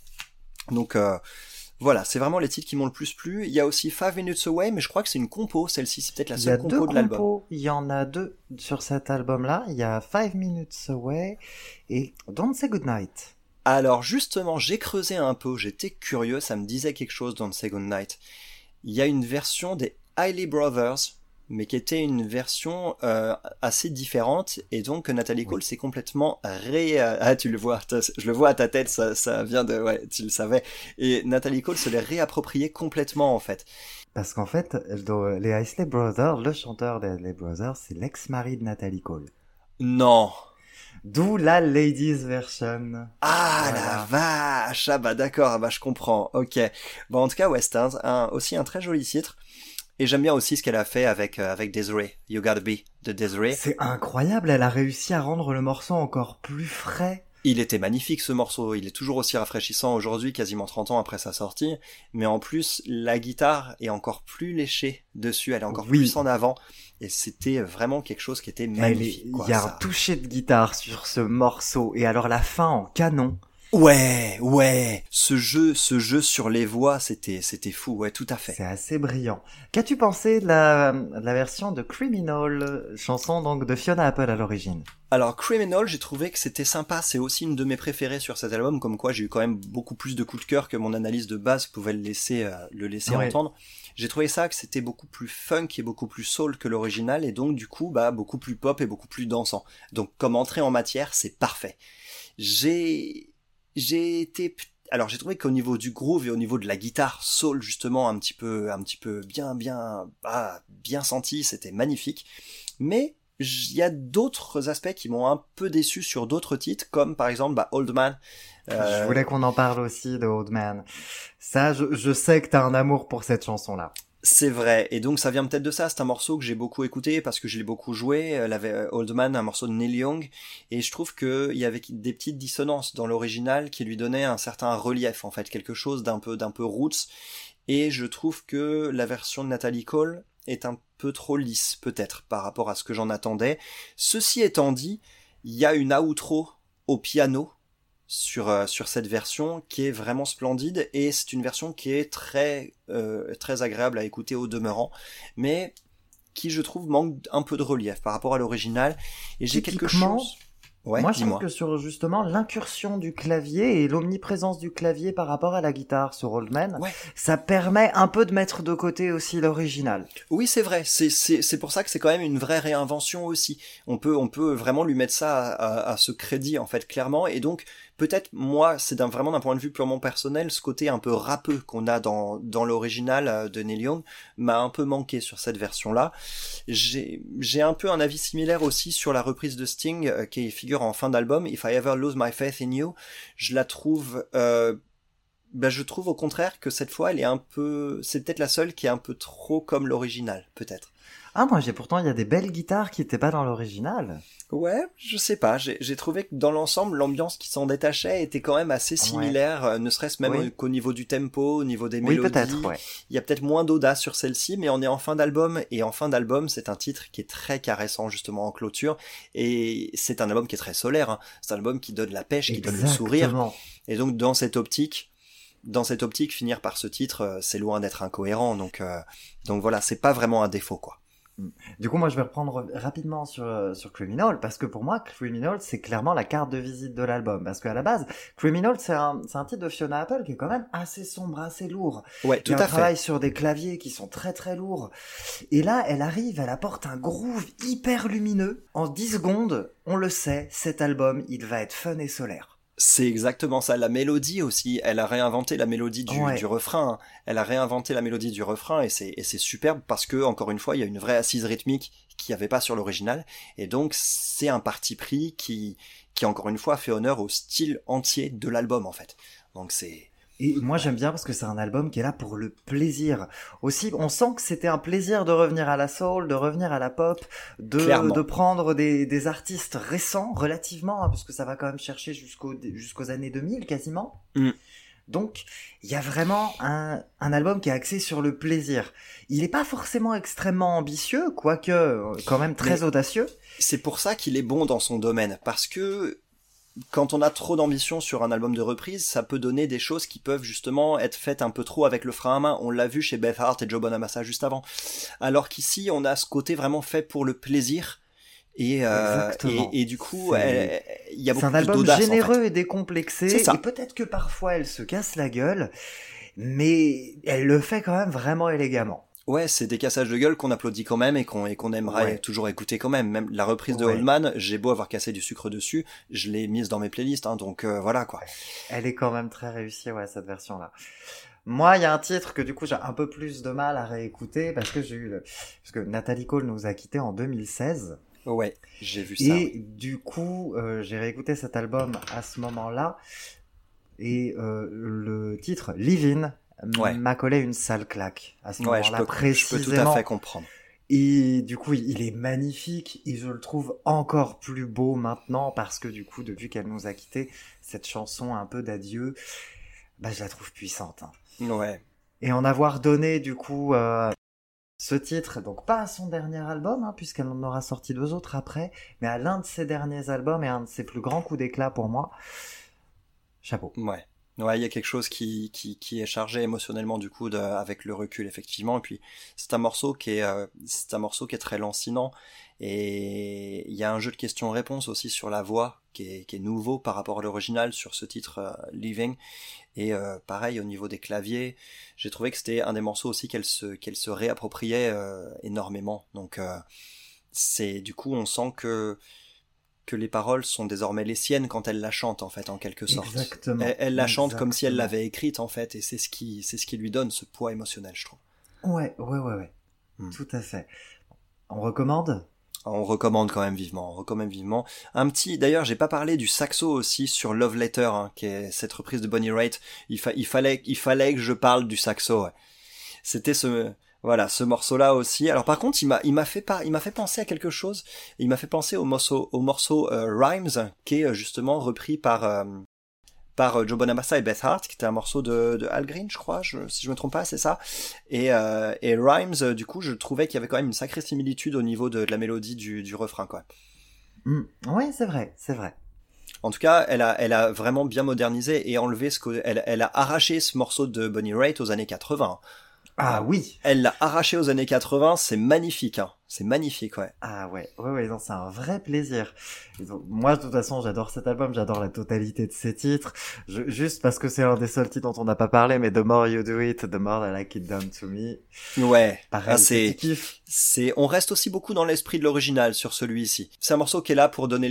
Donc voilà, c'est vraiment les titres qui m'ont le plus plu. Il y a aussi 5 Minutes Away, mais je crois que c'est une compo, celle-ci, c'est peut-être la seule compo de l'album. Il y en a deux sur cet album-là. Il y a 5 Minutes Away et Don't Say Goodnight. Alors justement, j'ai creusé un peu, j'étais curieux, ça me disait quelque chose, Don't Say Goodnight. Il y a une version des Hailey Brothers, mais qui était une version assez différente, et donc Natalie Cole s'est complètement tu le vois, je le vois à ta tête, ça vient de... Ouais, tu le savais. Et Natalie Cole se l'est réapproprié complètement, en fait. Parce qu'en fait, les Isley Brothers, le chanteur des Isley Brothers, c'est l'ex-mari de Natalie Cole. Non. D'où la Ladies Version. Ah, voilà. La vache. Ah bah d'accord, je comprends. Ok. Bon, en tout cas, West aussi un très joli titre. Et j'aime bien aussi ce qu'elle a fait avec Desiree. You Gotta Be de Desiree. C'est incroyable, elle a réussi à rendre le morceau encore plus frais. Il était magnifique ce morceau, il est toujours aussi rafraîchissant aujourd'hui, quasiment 30 ans après sa sortie, mais en plus, la guitare est encore plus léchée dessus, elle est encore plus en avant, et c'était vraiment quelque chose qui était magnifique. Il y a un toucher de guitare sur ce morceau, et alors la fin en canon, Ouais, ce jeu sur les voix, c'était fou, ouais, tout à fait. C'est assez brillant. Qu'as-tu pensé de la version de Criminal, chanson donc de Fiona Apple à l'origine? Alors Criminal, j'ai trouvé que c'était sympa, c'est aussi une de mes préférées sur cet album, comme quoi j'ai eu quand même beaucoup plus de coups de cœur que mon analyse de base pouvait le laisser Ouais. entendre. J'ai trouvé ça que c'était beaucoup plus funk et beaucoup plus soul que l'original, et donc du coup, beaucoup plus pop et beaucoup plus dansant. Donc comme entrée en matière, c'est parfait. J'ai été, alors j'ai trouvé qu'au niveau du groove et au niveau de la guitare soul justement un petit peu bien senti, c'était magnifique. Mais il y a d'autres aspects qui m'ont un peu déçu sur d'autres titres, comme par exemple Old Man. Je voulais qu'on en parle aussi de Old Man. Ça, je sais que t'as un amour pour cette chanson-là. C'est vrai, et donc ça vient peut-être de ça, c'est un morceau que j'ai beaucoup écouté parce que je l'ai beaucoup joué, Old Man, un morceau de Neil Young, et je trouve qu'il y avait des petites dissonances dans l'original qui lui donnaient un certain relief, en fait, quelque chose d'un peu roots, et je trouve que la version de Natalie Cole est un peu trop lisse, peut-être, par rapport à ce que j'en attendais. Ceci étant dit, il y a une outro au piano, sur cette version qui est vraiment splendide, et c'est une version qui est très agréable à écouter au demeurant, mais qui je trouve manque un peu de relief par rapport à l'original, et j'ai quelque Typiquement, chose... Ouais, moi, je trouve dis-moi. que sur justement l'incursion du clavier et l'omniprésence du clavier par rapport à la guitare sur Old Man, Ouais. ça permet un peu de mettre de côté aussi l'original. Oui, c'est vrai. C'est pour ça que c'est quand même une vraie réinvention aussi. On peut vraiment lui mettre ça à ce crédit en fait clairement. Et donc peut-être moi, c'est vraiment d'un point de vue purement personnel, ce côté un peu rappeux qu'on a dans l'original de Neil Young m'a un peu manqué sur cette version-là. J'ai un peu un avis similaire aussi sur la reprise de Sting qui figure en fin d'album, If I Ever Lose My Faith in You. Je la trouve je trouve au contraire que cette fois, elle est c'est peut-être la seule qui est un peu trop comme l'original, peut-être. Ah, moi, pourtant, il y a des belles guitares qui étaient pas dans l'original. Ouais, je sais pas, j'ai trouvé que dans l'ensemble, l'ambiance qui s'en détachait était quand même assez similaire, ne serait-ce même Oui. qu'au niveau du tempo, au niveau des Oui, mélodies. peut-être, ouais. Il y a peut-être moins d'audace sur celle-ci, mais on est en fin d'album, et en fin d'album, c'est un titre qui est très caressant justement en clôture, et c'est un album qui est très solaire, hein. C'est un album qui donne la pêche, qui donne le sourire, Exactement. et donc dans cette optique, finir par ce titre, c'est loin d'être incohérent. Donc voilà, c'est pas vraiment un défaut, quoi. Du coup, moi, je vais reprendre rapidement sur Criminal, parce que pour moi, Criminal, c'est clairement la carte de visite de l'album. Parce qu'à la base, Criminal, c'est un titre de Fiona Apple qui est quand même assez sombre, assez lourd. Ouais, tout Il y a à un travail fait. sur des claviers qui sont très très lourds. Et là, elle apporte un groove hyper lumineux. En 10 secondes, on le sait, cet album, il va être fun et solaire. C'est exactement ça. La mélodie aussi, elle a réinventé la mélodie Ouais. du refrain. Hein. Elle a réinventé la mélodie du refrain et c'est superbe parce que, encore une fois, il y a une vraie assise rythmique qu'il n'y avait pas sur l'original. Et donc, c'est un parti pris qui, encore une fois, fait honneur au style entier de l'album, en fait. Donc Et moi j'aime bien parce que c'est un album qui est là pour le plaisir. Aussi, on sent que c'était un plaisir de revenir à la soul, de revenir à la pop, Clairement. de prendre des artistes récents relativement, hein, parce que ça va quand même chercher jusqu'aux années 2000 quasiment. Mm. Donc, il y a vraiment un album qui est axé sur le plaisir. Il n'est pas forcément extrêmement ambitieux, quoique quand même très Mais- audacieux. c'est pour ça qu'il est bon dans son domaine. Parce que quand on a trop d'ambition sur un album de reprise, ça peut donner des choses qui peuvent justement être faites un peu trop avec le frein à main. On l'a vu chez Beth Hart et Joe Bonamassa juste avant. Alors qu'ici, on a ce côté vraiment fait pour le plaisir. Exactement. Et du coup, C'est- il y a C'est beaucoup un plus album d'audace, en généreux fait. et décomplexé, C'est ça. et peut-être que parfois elle se casse la gueule, mais elle le fait quand même vraiment élégamment. Ouais, c'est des cassages de gueule qu'on applaudit quand même et qu'on aimerait Ouais. toujours écouter quand même. Même la reprise de Ouais. Old Man, j'ai beau avoir cassé du sucre dessus, je l'ai mise dans mes playlists, hein, donc voilà quoi. Elle est quand même très réussie, ouais, cette version-là. Moi, il y a un titre que du coup j'ai un peu plus de mal à réécouter parce que parce que Natalie Cole nous a quittés en 2016. Ouais, j'ai vu ça. Et Oui. du coup, j'ai réécouté cet album à ce moment-là. Et le titre Live In Ouais. m'a collé une sale claque à ce Ouais, moment-là je peux tout à fait comprendre. Et du coup, il est magnifique et je le trouve encore plus beau maintenant parce que du coup, depuis qu'elle nous a quittés, cette chanson un peu d'adieu, je la trouve puissante. Hein. Ouais. Et en avoir donné du coup ce titre, donc pas à son dernier album, hein, puisqu'elle en aura sorti 2 autres après, mais à l'un de ses derniers albums et un de ses plus grands coups d'éclat pour moi, chapeau. Ouais. Ouais, il y a quelque chose qui est chargé émotionnellement du coup avec le recul effectivement. Et puis c'est un morceau qui est très lancinant. Et il y a un jeu de questions-réponses aussi sur la voix qui est nouveau par rapport à l'original sur ce titre Living. Et pareil au niveau des claviers, j'ai trouvé que c'était un des morceaux aussi qu'elle se réappropriait énormément. Donc c'est du coup on sent que les paroles sont désormais les siennes quand elle la chante en fait en quelque sorte. Exactement. Elle la chante comme si elle Exactement. l'avait écrite en fait et c'est ce qui lui donne ce poids émotionnel je trouve. Ouais. Hmm. Tout à fait. On recommande? On recommande quand même vivement, on recommande vivement. Un petit, d'ailleurs, j'ai pas parlé du saxo aussi sur Love Letter, hein, qui est cette reprise de Bonnie Raitt. Il fallait que je parle du saxo. Ouais. C'était ce morceau-là aussi. Alors par contre, il m'a fait penser à quelque chose. Il m'a fait penser au morceau Rhymes, qui est justement repris par Joe Bonamassa et Beth Hart, qui était un morceau de Al Green, je crois, si je me trompe pas, c'est ça. Et Rhymes, du coup, je trouvais qu'il y avait quand même une sacrée similitude au niveau de la mélodie du refrain, quoi. Ouais, c'est vrai. En tout cas, elle a vraiment bien modernisé et enlevé elle a arraché ce morceau de Bonnie Raitt aux années 80. Ah oui. Elle l'a arraché aux années 80, c'est magnifique, hein. C'est magnifique, ouais. Ah ouais, non, c'est un vrai plaisir. Et donc, moi, de toute façon, j'adore cet album, j'adore la totalité de ses titres. Juste parce que c'est un des seuls titres dont on n'a pas parlé, mais The More You Do It, The More I Like It Done To Me. Ouais. Pareil, Ah, petit kiff. on reste aussi beaucoup dans l'esprit de l'original sur celui-ci. C'est un morceau qui est là pour donner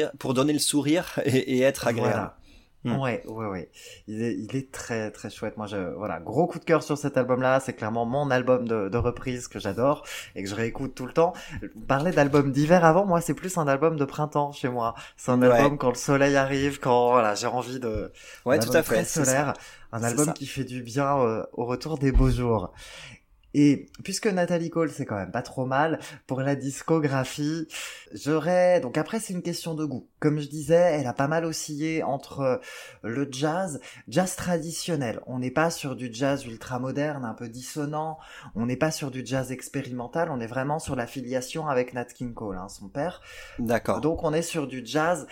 le sourire et être agréable. Voilà. Hmm. Ouais. Il est très très chouette. Moi, voilà, gros coup de cœur sur cet album-là. C'est clairement mon album de reprise que j'adore et que je réécoute tout le temps. On parlait d'album d'hiver avant. Moi, c'est plus un album de printemps chez moi. C'est un Ouais. album quand le soleil arrive, quand voilà, j'ai envie de. Ouais, un tout album à fait. Très C'est solaire. Un C'est album ça. qui fait du bien au retour des beaux jours. Et puisque Natalie Cole, c'est quand même pas trop mal, pour la discographie, donc après c'est une question de goût. Comme je disais, elle a pas mal oscillé entre le jazz traditionnel. On n'est pas sur du jazz ultra moderne, un peu dissonant. On n'est pas sur du jazz expérimental. On est vraiment sur la filiation avec Nat King Cole, hein, son père. D'accord. Donc on est sur du jazz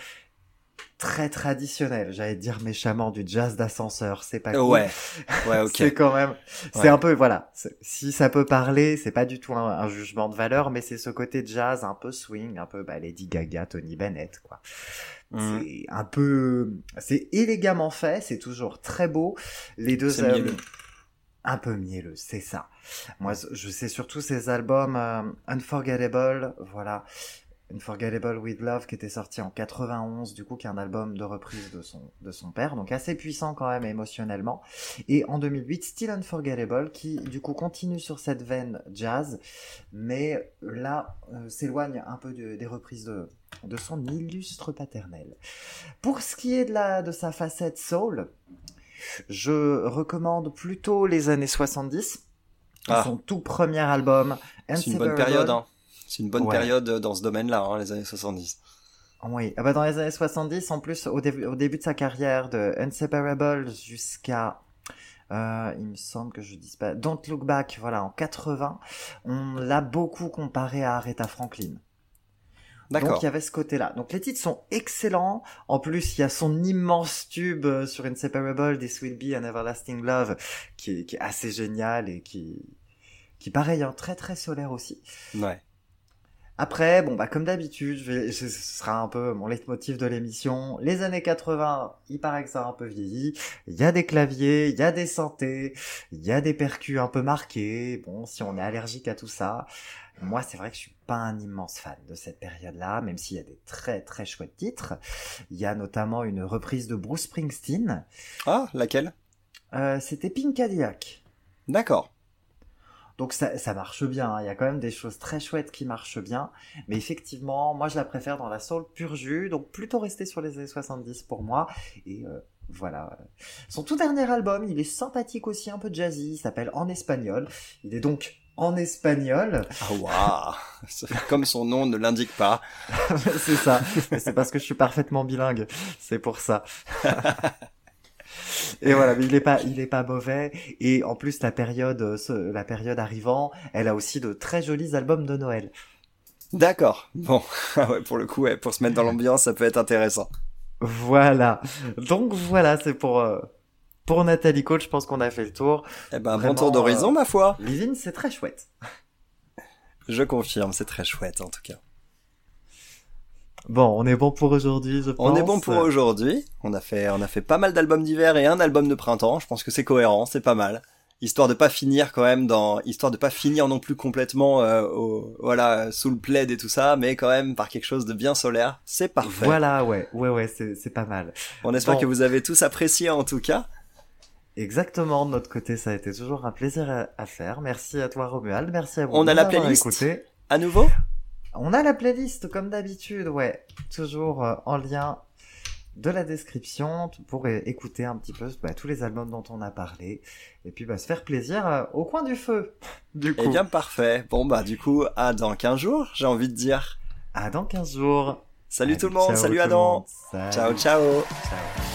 très traditionnel. J'allais dire méchamment du jazz d'ascenseur. C'est pas cool. Ouais, ok. C'est quand même, c'est Ouais. un peu, voilà, si ça peut parler, c'est pas du tout un jugement de valeur, mais c'est ce côté jazz un peu swing, un peu Lady Gaga, Tony Bennett, quoi. Mhm. C'est un peu, c'est élégamment fait, c'est toujours très beau. Les deux C'est mielleux. un peu mielleux, c'est ça. Moi, je sais surtout ces albums Unforgettable, voilà. Unforgettable with Love qui était sorti en 91 du coup qui est un album de reprise de son père donc assez puissant quand même émotionnellement et en 2008 Still Unforgettable qui du coup continue sur cette veine jazz mais là s'éloigne un peu des reprises de son illustre paternel. Pour ce qui est de sa facette soul, je recommande plutôt les années 70. Ah. Son tout premier album C'est une bonne Inseparable. période, hein. C'est une bonne Ouais. période dans ce domaine-là, hein, les années 70. Oui, ah bah dans les années 70, en plus, au début de sa carrière de Inseparable jusqu'à, il me semble que je dise pas, Don't Look Back, voilà, en 80, on l'a beaucoup comparé à Aretha Franklin. Donc D'accord. il y avait ce côté-là. Donc les titres sont excellents. En plus, il y a son immense tube sur Inseparable, This Will Be an Everlasting Love, qui est assez génial et qui pareil, hein, très très solaire aussi. Ouais. Après, bon, bah, comme d'habitude, ce sera un peu mon leitmotiv de l'émission. Les années 80, il paraît que ça a un peu vieilli. Il y a des claviers, il y a des synthés, il y a des percus un peu marqués. Bon, si on est allergique à tout ça. Moi, c'est vrai que je suis pas un immense fan de cette période-là, même s'il y a des très très chouettes titres. Il y a notamment une reprise de Bruce Springsteen. Ah, laquelle? C'était Pink Cadillac. D'accord. Donc ça marche bien, hein. Il y a quand même des choses très chouettes qui marchent bien, mais effectivement, moi je la préfère dans la soul pur jus, donc plutôt rester sur les années 70 pour moi, et voilà. Son tout dernier album, il est sympathique aussi, un peu jazzy, il s'appelle En Espagnol, il est donc en espagnol, Ah, waouh. Comme son nom ne l'indique pas. c'est ça, mais c'est parce que je suis parfaitement bilingue, c'est pour ça. Et voilà, mais il est pas mauvais. Et en plus, la période arrivant, elle a aussi de très jolis albums de Noël. D'accord. Bon. Ah ouais, pour le coup, ouais, pour se mettre dans l'ambiance, ça peut être intéressant. Voilà. Donc voilà, c'est pour Nathalie Cole, je pense qu'on a fait le tour. Eh ben, Vraiment, bon tour d'horizon, ma foi. Living, c'est très chouette. Je confirme, c'est très chouette, en tout cas. Bon, on est bon pour aujourd'hui, je pense. On est bon pour aujourd'hui. On a fait pas mal d'albums d'hiver et un album de printemps. Je pense que c'est cohérent, c'est pas mal. Histoire de pas finir non plus complètement, voilà, sous le plaid et tout ça, mais quand même par quelque chose de bien solaire. C'est parfait. Voilà, ouais, c'est pas mal. On espère Bon. que vous avez tous apprécié en tout cas. Exactement, de notre côté, ça a été toujours un plaisir à faire. Merci à toi, Romuald. Merci à vous. On a de la nous avoir playlist écoutés. À nouveau? On a la playlist, comme d'habitude, ouais. Toujours en lien de la description pour écouter un petit peu tous les albums dont on a parlé. Et puis se faire plaisir au coin du feu, du coup. Eh bien, parfait. Bon, du coup, à dans 15 jours, j'ai envie de dire. À dans 15 jours. Salut Allez, tout le monde, ciao salut tout le Adam. monde. Salut. Ciao, ciao. Ciao.